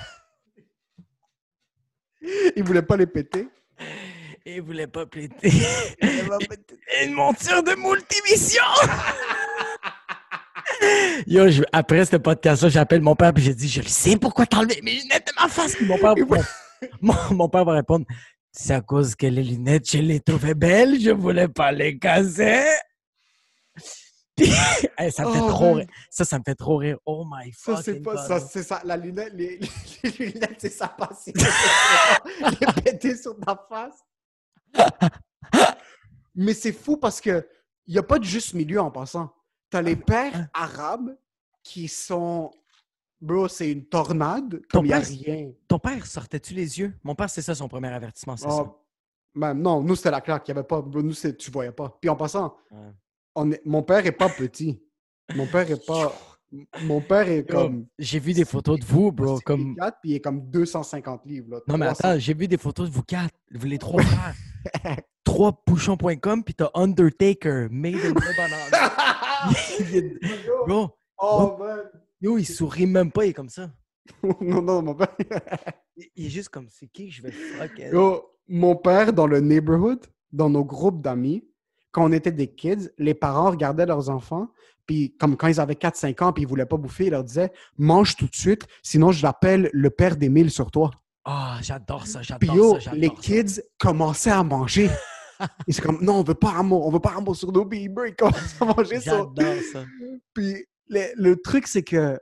il voulait pas les péter.
Il voulait pas péter. Une monture de multimission! Yo, je- après ce podcast-là, j'appelle mon père et j'ai dit, je le sais pourquoi t'as enlevé mes lunettes de ma face. Puis mon père, mon, mon- mon père va répondre, c'est à cause que les lunettes, je les trouvais belles, je voulais pas les casser. Puis, hey, ça me fait
Oh,
trop
man.
rire. Ça, ça me fait trop rire. Oh my
Ça,
fucking
c'est pas
God.
ça, c'est ça. La lunette, les, les lunettes, c'est sa passion. Les péter sur ta face. Mais c'est fou parce que il n'y a pas de juste milieu en passant. T'as les pères arabes qui sont. Bro, c'est une tornade,
Ton
comme il n'y a
père,
rien.
ton père sortait-tu les yeux? Mon père, c'est ça son premier avertissement, c'est ça.
Oh, ben, non, nous, c'était la claque. Il y avait pas. Bro, nous, c'est, tu voyais pas. Puis en passant,
Ouais.
on est, mon père est pas petit. Mon père est pas. Mon père est
Yo,
comme.
j'ai vu des photos de vous, bro, comme...
quatre, puis il est comme deux cent cinquante livres. Là,
Non, mais
trois cents.
attends, j'ai vu des photos de vous quatre, vous les trois frères. trois bouchons point com, puis t'as Undertaker, made in Lebanon. Il est- Bro,
Oh, man.
yo, il sourit même pas, il est comme ça.
non, non, mon père.
Il il est juste comme, c'est qui que je vais fuck? elle?
Yo, mon père, dans le neighborhood, dans nos groupes d'amis, quand on était des kids, les parents regardaient leurs enfants, puis comme quand ils avaient quatre cinq ans, puis ils voulaient pas bouffer, ils leur disaient « Mange tout de suite, sinon je l'appelle le père d'Émile sur toi.
Ah, j'adore ça, »
Puis
j'adore
yo,
ça, j'adore
les
ça.
kids commençaient à manger. Ils sont comme « Non, on veut pas amour, on veut pas amour sur nos bébés. » Ils commencent à manger ça.
J'adore ça.
Puis le, le truc, c'est que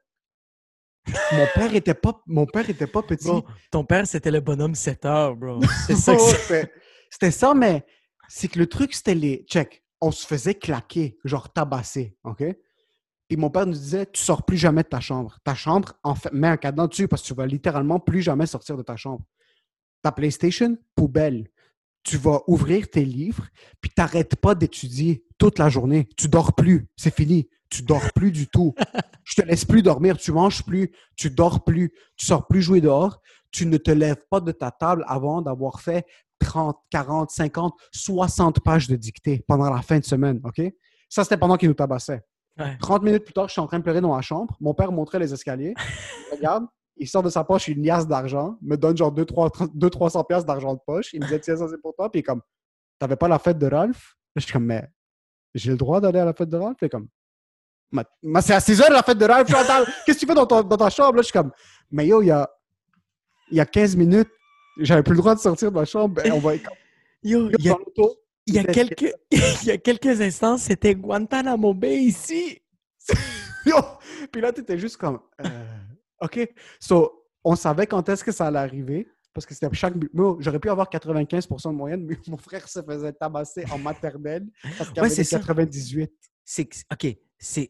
mon père était pas, mon père était pas petit.
Bro, ton père, c'était le bonhomme sept heures, bro. C'est ça que
Oh,
c'est.
c'était c'était ça, mais c'est que le truc, c'était les... Check, on se faisait claquer, genre tabasser, OK? Puis mon père nous disait, tu sors plus jamais de ta chambre. Ta chambre, en fait, mets un cadenas dessus parce que tu vas littéralement plus jamais sortir de ta chambre. Ta PlayStation, poubelle. Tu vas ouvrir tes livres, puis t'arrêtes pas d'étudier toute la journée. Tu dors plus, c'est fini. Tu dors plus du tout. Je te laisse plus dormir, tu manges plus, tu dors plus, tu sors plus jouer dehors. Tu ne te lèves pas de ta table avant d'avoir fait trente, quarante, cinquante, soixante pages de dictée pendant la fin de semaine, OK? Ça, c'était pendant qu'il nous tabassait.
Ouais.
trente minutes plus tard, je suis en train de pleurer dans la chambre. Mon père montrait les escaliers. Regarde, il sort de sa poche une liasse d'argent, me donne genre deux à trois cents piastres d'argent de poche. Il me disait, tiens, ça c'est pour toi. Puis il est comme, t'avais pas la fête de Ralph? Là, je suis comme, mais j'ai le droit d'aller à la fête de Ralph? Il est comme, Ma- ma- c'est à six heures la fête de Ralph, Chantal. Qu'est-ce que tu fais dans, ton- dans ta chambre? Là, je suis comme, mais yo, il y a, il y a quinze minutes, j'avais plus le droit de sortir de ma chambre. Ben, on va être
Yo, il y a,
dans l'auto.
il y a
C'était-
quelques, il y a quelques instants, c'était Guantanamo Bay ici.
Yo! Puis là, tu étais juste comme, euh, OK. So, on savait quand est-ce que ça allait arriver, parce que c'était chaque... Moi, j'aurais pu avoir quatre-vingt-quinze pour cent de moyenne, mais mon frère se faisait tabasser en maternelle parce qu'il
Ouais,
avait
c'est
des
ça.
quatre-vingt-dix-huit.
C'est, que- OK, c'est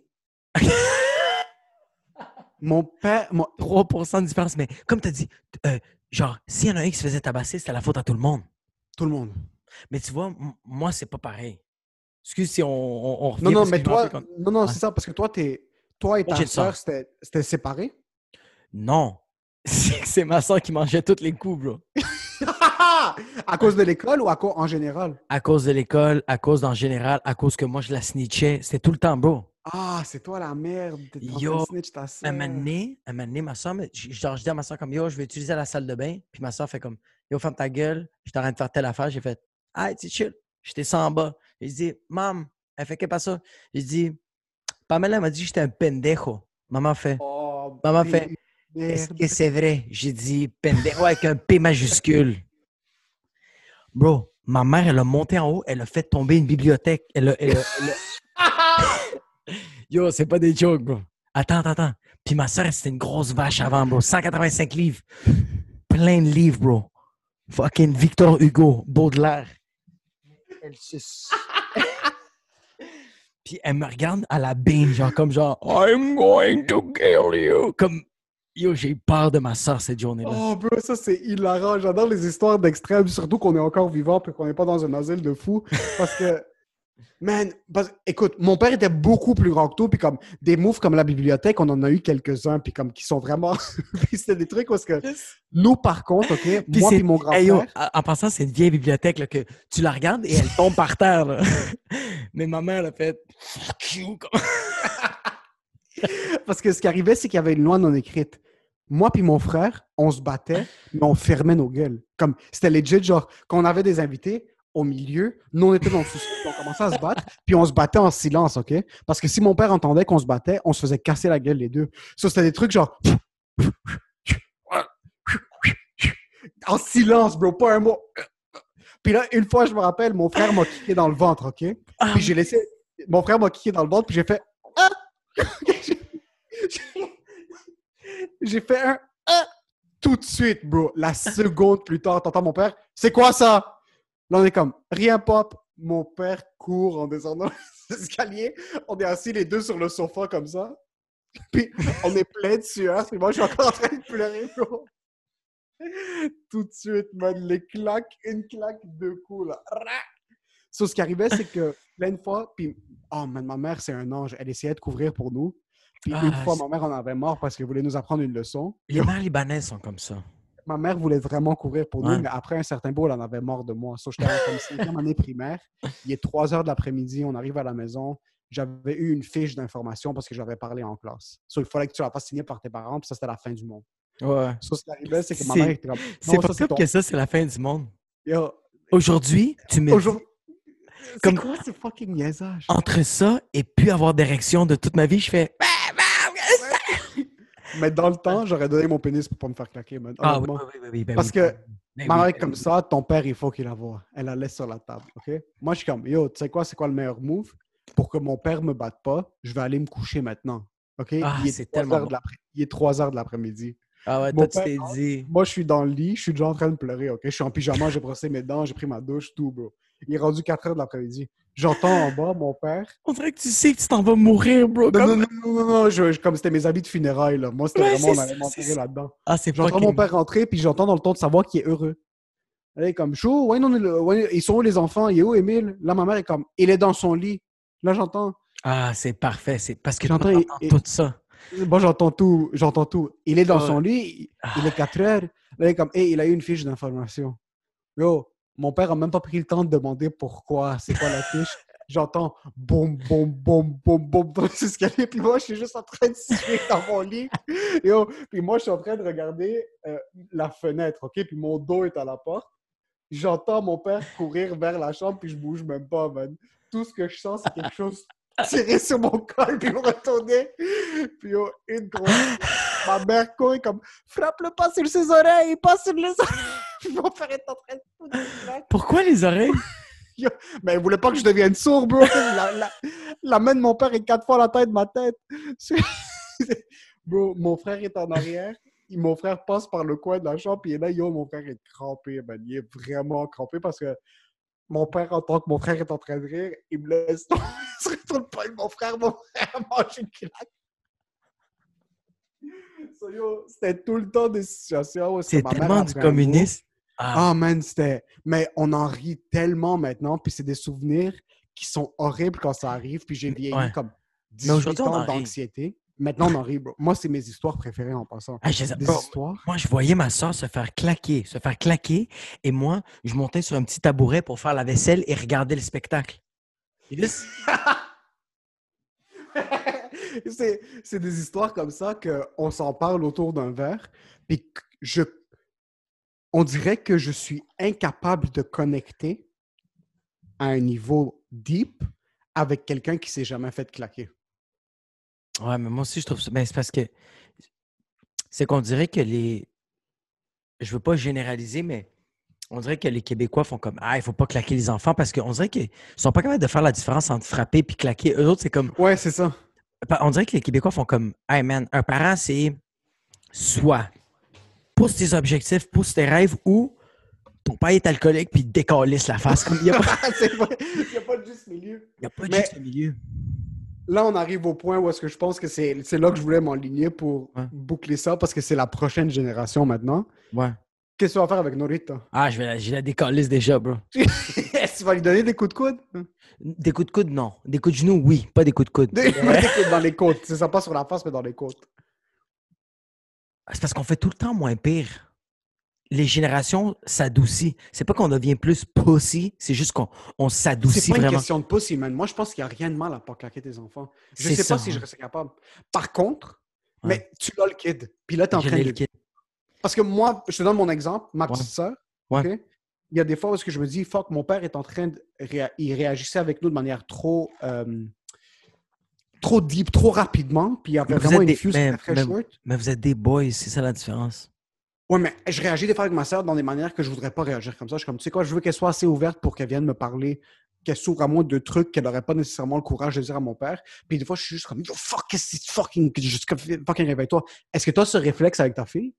Mon père... Mon...
trois pour cent de différence, mais comme tu as dit, euh, genre, s'il y en a un qui se faisait tabasser, c'était la faute à tout le monde.
Tout le monde.
Mais tu vois, m- moi, c'est pas pareil. Excuse si on, on, on revient
Non, non,
parce que
mais
je me
toi...
rappelle quand-
Non, non,
Ouais.
c'est ça, parce que toi, t'es... Toi et
Moi,
ta
j'ai le
soeur,
sang.
c'était c'était séparé?
Non. C'est que c'est ma soeur qui mangeait tous les coups, bro.
À cause de l'école ou à cause en général?
À cause de l'école, à cause en général, à cause que moi, je la snitchais. C'était tout le temps, bro.
Ah, c'est toi la merde. T'es en train
Yo,
de snitch ta
Un
soeur.
moment donné, un moment donné, ma soeur, me- j- genre, je dis à ma soeur comme, yo, je vais utiliser la salle de bain. Puis ma soeur fait comme, yo, ferme ta gueule. Je suis en train de faire telle affaire. J'ai fait, hey, tu chill. J'étais sans en bas. J'ai dit, mam, elle fait, qu'est-ce pas ça? J'ai dit, Pamela m'a dit que j'étais un pendejo. Maman fait,
Oh,
Maman
bé-
fait, est-ce
merde.
que c'est vrai? J'ai dit, pendejo avec un P majuscule. Bro, ma mère, elle a monté en haut, elle a fait tomber une bibliothèque. Elle a, elle a- elle a- Yo, c'est pas des jokes, bro. Attends, attends, attends. Puis ma soeur, c'était une grosse vache avant, bro. cent quatre-vingt-cinq livres. Plein de livres, bro. Fucking Victor Hugo, Baudelaire. Elle se... Puis elle me regarde à la bine, genre comme genre I'm going to kill you. Comme yo, j'ai peur de ma soeur cette journée-là.
Oh, bro, ça c'est hilarant. J'adore les histoires d'extrêmes, surtout qu'on est encore vivant et qu'on n'est pas dans un asile de fous. Parce que, man, parce, écoute, mon père était beaucoup plus grand que tout, puis comme des moves comme la bibliothèque, on en a eu quelques-uns, puis comme qui sont vraiment. Puis c'était des trucs parce que nous, par contre, OK,
Puis
moi
c'est-
et mon
Hey, yo,
grand-père.
en en passant, c'est une vieille bibliothèque là, que tu la regardes et elle tombe par terre. Là. Mais ma mère, elle a fait fuck you. Comme...
Parce que ce qui arrivait, c'est qu'il y avait une loi non écrite. Moi puis mon frère, on se battait, mais on fermait nos gueules. Comme, c'était legit, genre, quand on avait des invités, au milieu, nous, on était dans le sous-sol, puis on commençait à se battre, puis on se battait en silence, OK? Parce que si mon père entendait qu'on se battait, on se faisait casser la gueule les deux. Ça, c'était des trucs genre... En silence, bro, pas un mot. Puis là, une fois, je me rappelle, mon frère m'a kické dans le ventre, OK? Puis j'ai laissé... Mon frère m'a kické dans le ventre, puis j'ai fait... Ah! J'ai fait un ah! Tout de suite, bro. La seconde plus tard, t'entends mon père, c'est quoi ça? Là, on est comme, rien pop. Mon père court en descendant l'escalier. On est assis les deux sur le sofa comme ça. Puis on est plein de sueur. Puis moi, je suis encore en train de pleurer, bro. Tout de suite, man. Les claques, une claque, deux coups, là. So, ce qui arrivait, c'est que plein de fois, puis, oh man, ma mère, c'est un ange. Elle essayait de couvrir pour nous. Puis
Ah,
une fois,
c'est-
ma mère en avait marre parce qu'elle voulait nous apprendre une leçon.
Les mères libanaises sont comme ça.
Ma mère voulait vraiment couvrir pour
Ouais.
nous, mais après un certain bout, elle en avait marre de moi. So, j'étais en comme cinquième année primaire. Il est trois heures de l'après-midi, on arrive à la maison. J'avais eu une fiche d'information parce que j'avais parlé en classe. So, il fallait que tu la fasses signer par tes parents, puis ça, c'était la fin du monde.
Ouais.
So, ce qui arrivait, c'est que ma
C'est-
mère était comme...
C'est
Non,
pas
ça, c'est
comme
ton...
que ça, c'est la fin du monde.
Yo,
Aujourd'hui, tu me dis,
aujourd'hui... C'est
Comme-
quoi ce fucking niaisage?
entre ça et puis avoir d'érection de toute ma vie, je fais
Mais dans le temps, j'aurais donné mon pénis pour pas me faire claquer, man.
ah oui,
Honnêtement.
oui, oui, oui, ben
Parce
oui,
que
ben oui. Ben
Ma
oui,
mère est
ben
comme
oui.
ça, ton père, il faut qu'il la voie. Elle la laisse sur la table, OK? Moi, je suis comme, yo, tu sais quoi, c'est quoi le meilleur move? Pour que mon père me batte pas, je vais aller me coucher maintenant, OK?
Ah,
il, est
c'est
trois
tellement
heures
bon.
de l'après- il est trois heures de l'après-midi.
Ah ouais,
Mon
toi, tu
père
t'es dit.
Moi, je suis dans le lit, je suis déjà en train de pleurer, OK? Je suis en pyjama, j'ai brossé mes dents, j'ai pris ma douche, tout, bro. Il est rendu quatre heures de l'après-midi. J'entends en bas mon père.
On dirait que tu sais que tu t'en vas mourir, bro.
Non,
comme-
non, non, non, non, non, je- je- comme c'était mes habits de funérailles, là. Moi, c'était
Ouais,
vraiment, on
c'est
allait
ça,
m'enterrer
c'est ça.
là-dedans.
Ah, c'est
J'entends
fucking...
mon père rentrer, puis j'entends dans le ton de sa voix qu'il est heureux. Elle est comme, chaud, ouais, non, le- ouais, ils sont où les enfants? Il est où, Émile? Là, ma mère est comme, il est dans son lit. Là, j'entends.
Ah, c'est parfait. C'est parce que
J'entends,
toi, t'entends
et-
tout ça.
Moi, j'entends tout, j'entends tout. Il est dans
Ouais.
son lit,
Ah.
il est quatre heures. Là, il est comme, hey, il a eu une fiche d'information. Yo, mon père a même pas pris le temps de demander pourquoi, c'est quoi la fiche. J'entends boum, boum, boum, boum, boum dans les escaliers. Puis moi, je suis juste en train de suer dans mon lit. Yo, puis moi, je suis en train de regarder euh, la fenêtre, OK? Puis mon dos est à la porte. J'entends mon père courir vers la chambre, puis je bouge même pas, man. Tout ce que je sens, c'est quelque chose tirer sur mon col, puis me retourner. Puis yo, une grosse... Ma mère court comme « Frappe-le pas sur ses oreilles, pas sur les oreilles! » Puis mon père est en train de foutre des claques.
Pourquoi les oreilles?
Mais il voulait pas que je devienne sourd, bro. La, la, la main de mon père est quatre fois la taille de ma tête. Bro, mon frère est en arrière. Et mon frère passe par le coin de la chambre. Puis là, yo, mon frère est crampé, man. Il est vraiment crampé parce que mon père, en tant que mon frère est en train de rire, il me laisse tomber sur le poil de mon frère. Mon frère mange une claque. So, yo, c'était tout le temps des situations où
C'est
ma mère
tellement
a
du
pris un mot.
communiste. Ah,
Ah, man, c'était... Mais on en rit tellement maintenant, puis c'est des souvenirs qui sont horribles quand ça arrive, puis j'ai vieilli
Ouais.
comme
Mais
dix-huit
aujourd'hui, on
ans
en rit.
d'anxiété. Maintenant, on en rit, bro. Moi, c'est mes histoires préférées en passant.
ah, je sais-
Des
bro,
histoires.
moi, je voyais ma soeur se faire claquer, se faire claquer, et moi, je montais sur un petit tabouret pour faire la vaisselle et regarder le spectacle. Et là, c'est-
c'est, c'est des histoires comme ça qu'on s'en parle autour d'un verre, puis que je... On dirait que je suis incapable de connecter à un niveau deep avec quelqu'un qui s'est jamais fait claquer.
Ouais, mais moi aussi, je trouve ça. Ben, c'est parce que c'est qu'on dirait que les. Je veux pas généraliser, mais on dirait que les Québécois font comme ah, il faut pas claquer les enfants parce qu'on dirait qu'ils sont pas capables de faire la différence entre frapper et claquer. Eux autres, c'est comme.
Ouais, c'est ça.
On dirait que les Québécois font comme hey man, un parent, c'est soit pousse tes objectifs, pousse tes rêves ou ton père est alcoolique puis il te décalisse la face. Comme, il n'y a pas,
C'est vrai. Il n'y a pas de juste milieu.
il y a pas
Mais-
juste le milieu.
Là, on arrive au point où est-ce que je pense que c'est c'est là que je voulais m'enligner pour
Ouais.
boucler ça parce que c'est la prochaine génération maintenant.
Ouais.
Qu'est-ce que tu vas faire avec Norita?
Ah, je vais la, je la décalisse déjà, bro.
Est-ce que tu vas lui donner des coups de coude?
Des coups de coude, non. Des coups de genoux, oui. Pas des coups de coude.
Des, des coudes dans les côtes. C'est ça, pas sur la face, mais dans les côtes.
C'est parce qu'on fait tout le temps moins pire. Les générations s'adoucissent. C'est pas qu'on devient plus pussy, c'est juste qu'on on
C'est
s'adoucit
pas une
vraiment.
question de pussy, man. Moi, je pense qu'il n'y a rien de mal à pas claquer tes enfants. Je
C'est
sais pas
ça,
si je
ouais.
serais capable. Par contre,
Ouais.
mais tu l'as le kid. Puis là, tu es en
Je
train
l'ai
de...
le kid.
Parce que moi, je te donne mon exemple. Ma petite
Ouais.
sœur,
Ouais.
OK? Il y a des fois où est-ce que je me dis, fuck, mon père est en train de... réa- Il réagissait avec nous de manière trop... euh, trop deep, trop rapidement. Puis il y avait
Mais vous
vraiment
êtes
une
des-
fuse
mais-
très, très
mais-
short.
Mais vous êtes des boys, c'est ça la différence.
Ouais, mais je réagis des fois avec ma sœur dans des manières que je voudrais pas réagir comme ça. Je suis comme, tu sais quoi, je veux qu'elle soit assez ouverte pour qu'elle vienne me parler, qu'elle s'ouvre à moi de trucs qu'elle n'aurait pas nécessairement le courage de dire à mon père. Puis des fois, je suis juste comme, yo, fuck, qu'est-ce que c'est fucking, juste comme, fucking réveille-toi. Est-ce que tu as ce réflexe avec ta fille?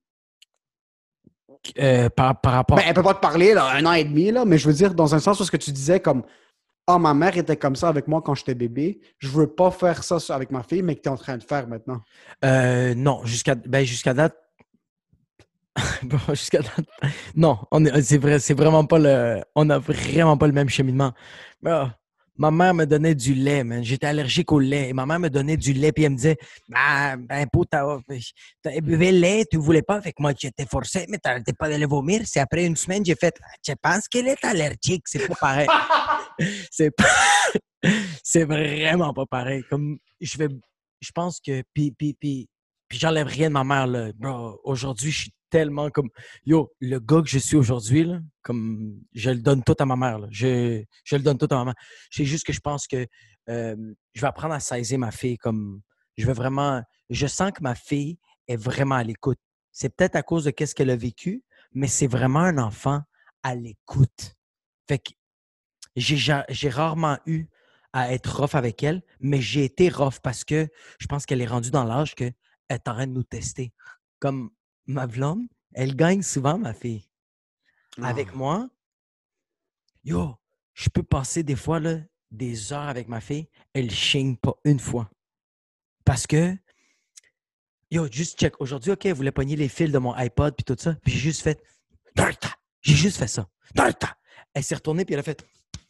Euh, par, par rapport.
Ben, elle peut pas te parler, là, un an et demi, là, mais je veux dire, dans un sens où ce que tu disais comme, ah, ma mère était comme ça avec moi quand j'étais bébé, je veux pas faire ça avec ma fille, mais que tu es en train de faire maintenant.
Euh, non, jusqu'à ben, jusqu'à date. Bon, jusqu'à date. Non, on est, c'est vrai, c'est vraiment pas le. On a vraiment pas le même cheminement. Ah, ma mère me donnait du lait, man. J'étais allergique au lait. Et ma mère me donnait du lait, puis elle me disait, ah, ben, pour t'as, t'as buvais le lait, tu voulais pas. Fait que moi, j'étais forcé, mais t'arrêtais pas d'aller vomir. C'est après une semaine, j'ai fait, je pense qu'elle est allergique. C'est pas pareil. c'est pas... c'est vraiment pas pareil. Comme, je vais, je pense que, puis, puis, puis, puis j'enlève rien de ma mère, là. Bro, aujourd'hui, je suis tellement comme, yo, le gars que je suis aujourd'hui, là, comme, je le donne tout à ma mère, là. Je, je le donne tout à ma mère. C'est juste que je pense que euh, je vais apprendre à saisir ma fille, comme, je vais vraiment, je sens que ma fille est vraiment à l'écoute. C'est peut-être à cause de qu'est-ce qu'elle a vécu, mais c'est vraiment un enfant à l'écoute. Fait que j'ai, ja- j'ai rarement eu à être rough avec elle, mais j'ai été rough parce que je pense qu'elle est rendue dans l'âge qu'elle est en train de nous tester. Comme ma blonde, elle gagne souvent, ma fille. Avec
Ah.
moi, yo, je peux passer des fois là, des heures avec ma fille, elle chigne pas une fois. Parce que, yo, juste check. Aujourd'hui, OK, elle voulait pogner les fils de mon iPod puis tout ça, puis j'ai juste fait, Darta! J'ai juste fait ça. Darta! Elle s'est retournée puis elle a fait,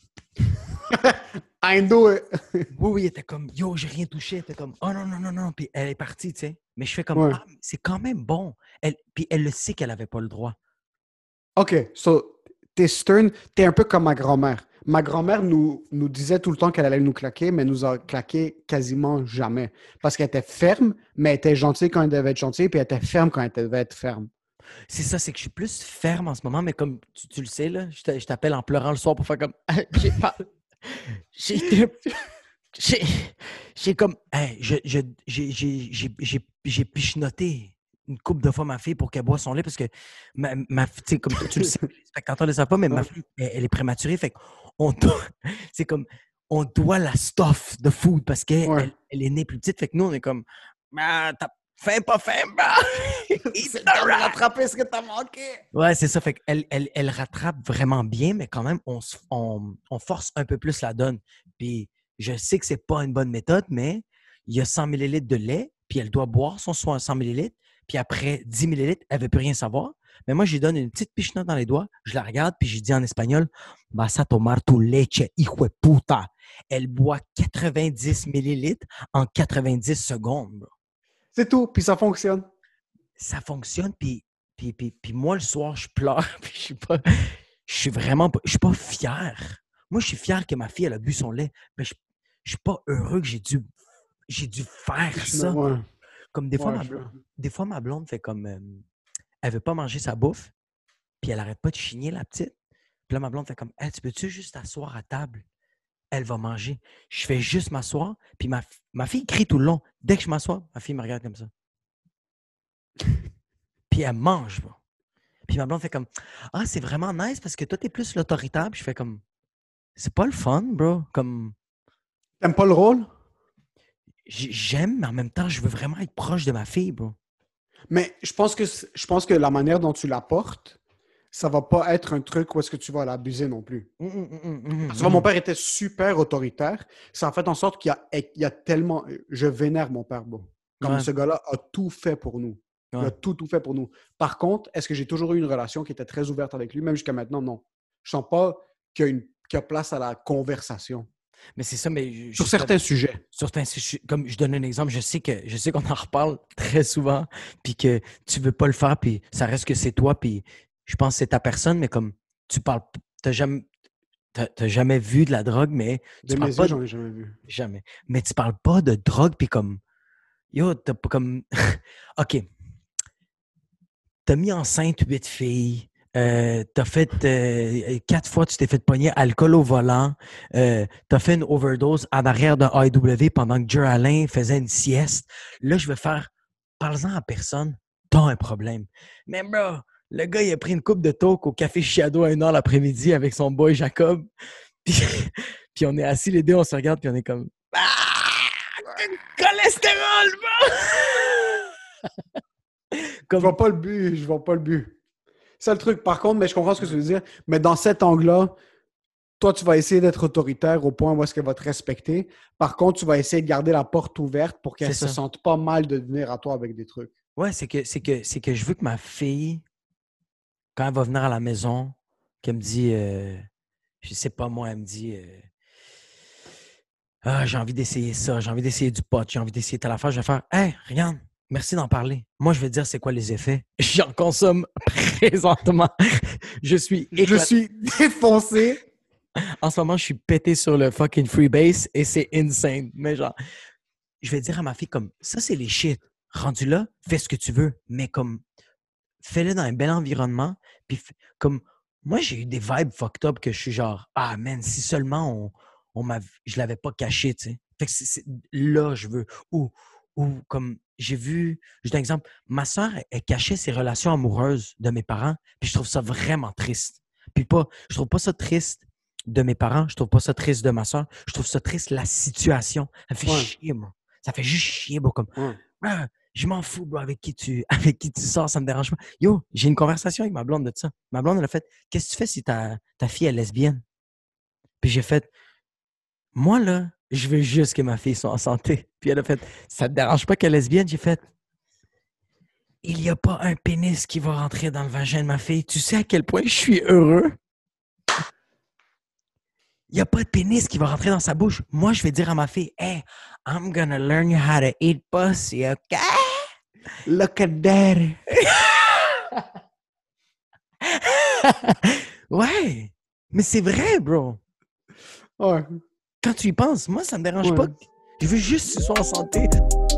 I know it.
oui, oui, elle était comme, yo, j'ai rien touché. Elle était comme, oh non, non, non, non. Puis elle est partie, tu sais. Mais je fais comme,
Ouais.
ah, c'est quand même bon. Elle, puis elle le sait qu'elle n'avait pas le droit.
OK, so, t'es stern, t'es un peu comme ma grand-mère. Ma grand-mère nous, nous disait tout le temps qu'elle allait nous claquer, mais nous a claqué quasiment jamais. Parce qu'elle était ferme, mais elle était gentille quand elle devait être gentille, puis elle était ferme quand elle devait être ferme.
C'est ça, c'est que je suis plus ferme en ce moment, mais comme tu, tu le sais, là, je t'a- je t'appelle en pleurant le soir pour faire comme, j'ai pas, j'ai, j'ai, j'ai comme, hey, je, je, j'ai, j'ai, j'ai, j'ai, j'ai pichenoté une couple de fois ma fille pour qu'elle boive son lait parce que ma, ma tu sais, comme toi, tu le sais, les spectateurs ne le savent pas, mais ma
Ouais.
fille, elle, elle est prématurée, fait qu'on doit, c'est comme, on doit la stuff de food parce qu'elle
Ouais.
elle, elle est née plus petite, fait que nous, on est comme, ah, t'as faim, pas faim, bah!
C'est le temps de rattraper ce que t'as manqué.
Ouais, c'est ça. Fait qu'elle elle, elle rattrape vraiment bien, mais quand même, on, se- on, on force un peu plus la donne. Puis je sais que c'est pas une bonne méthode, mais il y a cent millilitres de lait, puis elle doit boire son soin cent millilitres, puis après dix millilitres, elle veut plus rien savoir. Mais moi, je lui donne une petite pichenote dans les doigts, je la regarde, puis je dis en espagnol, vas a tomar tu leche, hijo de puta. Elle boit quatre-vingt-dix millilitres en quatre-vingt-dix secondes, bro.
C'est tout, puis ça fonctionne.
Ça fonctionne, puis, puis, puis, puis moi, le soir, je pleure, puis je suis pas, je suis vraiment pas, je suis pas fier. Moi, je suis fier que ma fille, elle a bu son lait, mais je, je suis pas heureux que j'ai dû, j'ai dû faire ça.
Ouais.
Comme des fois,
Ouais,
ma
je-
blonde, des fois, ma blonde fait comme, euh, elle veut pas manger sa bouffe, puis elle arrête pas de chigner, la petite. Puis là, ma blonde fait comme, hey, tu peux-tu juste t'asseoir à table? Elle va manger. Je fais juste m'asseoir, puis ma, fi- ma fille crie tout le long. Dès que je m'assois, ma fille me regarde comme ça. Puis elle mange, bro. Puis ma blonde fait comme, ah, c'est vraiment nice parce que toi, t'es plus l'autoritaire. Puis je fais comme, c'est pas le fun, bro. Comme,
T'aimes pas le rôle?
j- j'aime, mais en même temps, je veux vraiment être proche de ma fille, bro.
Mais je pense que c- je pense que la manière dont tu la portes, ça va pas être un truc où est-ce que tu vas l'abuser non plus.
Mm, mm, mm, mm,
Parce que
mm.
mon père était super autoritaire. Ça a fait en sorte qu'il y a, il y a tellement... Je vénère mon père, bro. Comme
Ouais.
ce gars-là a tout fait pour nous. Il
Ouais.
a tout, tout fait pour nous. Par contre, est-ce que j'ai toujours eu une relation qui était très ouverte avec lui? Même jusqu'à maintenant, non. Je sens pas qu'il y a, une, qu'il y a place à la conversation.
Mais c'est ça, mais... je-
Sur
juste
certains sujets.
certains, je- comme je donne un exemple, je sais que je sais qu'on en reparle très souvent, puis que tu veux pas le faire, puis ça reste que c'est toi, puis je pense que c'est ta personne, mais comme tu parles, t'as jamais, t'as, t'as jamais vu de la drogue, mais tu
De mes
parles
yeux,
pas de,
j'en ai jamais vu.
jamais, mais tu parles pas de drogue, puis comme yo, t'as pas comme, ok, t'as mis enceinte huit filles. Euh, t'as fait euh, quatre fois, tu t'es fait pogner alcool au volant. Euh, t'as fait une overdose en arrière d'un A E W pendant que Joe Alain faisait une sieste. Là, je vais faire, parle-en à personne, t'as un problème. Mais bro, le gars, il a pris une coupe de talk au Café Chiado à une heure l'après-midi avec son boy Jacob. Puis, puis on est assis les deux, on se regarde, puis on est comme, ah, cholestérol, bro! Comme...
Je vois pas le but, je vois pas le but. C'est le truc. Par contre, mais je comprends ce que tu veux dire. Mais dans cet angle-là, toi, tu vas essayer d'être autoritaire au point où est-ce qu'elle va te respecter. Par contre, tu vas essayer de garder la porte ouverte pour qu'elle
C'est
se
ça.
sente pas mal de venir à toi avec des trucs.
Ouais, c'est que, c'est que, c'est que je veux que ma fille, quand elle va venir à la maison, qu'elle me dit, euh, je sais pas moi, elle me dit, euh, ah, j'ai envie d'essayer ça, j'ai envie d'essayer du pot, j'ai envie d'essayer telle affaire, je vais faire, hey, regarde, merci d'en parler. Moi, je vais te dire c'est quoi les effets. J'en consomme présentement. Je suis
Je
éclaté.
suis défoncé.
En ce moment, je suis pété sur le fucking freebase et c'est insane. Mais genre, je vais dire à ma fille comme, ça, c'est les shit. Rendu là, fais ce que tu veux, mais comme, fais-le dans un bel environnement. Puis, f- comme, moi, j'ai eu des vibes fucked up que je suis genre, ah, man, si seulement on, on m'a, je l'avais pas caché, tu sais. Fait que c'est, c'est- là, je veux. Ou, ou comme, j'ai vu, je donne un exemple, ma soeur, elle, elle cachait ses relations amoureuses de mes parents, puis je trouve ça vraiment triste. Puis pas, je trouve pas ça triste de mes parents, je trouve pas ça triste de ma soeur, je trouve ça triste la situation. Ça me fait
Ouais.
chier, moi. Ça fait juste chier, bro, comme,
Ouais.
ah, je m'en fous, bro, avec qui tu, avec qui tu sors, ça me dérange pas. Yo, j'ai une conversation avec ma blonde de ça. Ma blonde, elle a fait, qu'est-ce que tu fais si ta, ta fille est lesbienne? Puis j'ai fait, moi, là, je veux juste que ma fille soit en santé. Puis elle a fait, ça te dérange pas qu'elle est lesbienne? J'ai fait, il n'y a pas un pénis qui va rentrer dans le vagin de ma fille. Tu sais à quel point je suis heureux? Il n'y a pas de pénis qui va rentrer dans sa bouche. Moi, je vais dire à ma fille, hey, I'm gonna learn you how to eat pussy, okay?
Look at that.
Ouais, mais c'est vrai, bro.
Ouais.
Quand tu y penses, moi, ça me dérange
Ouais.
pas. Je veux juste que tu sois en santé.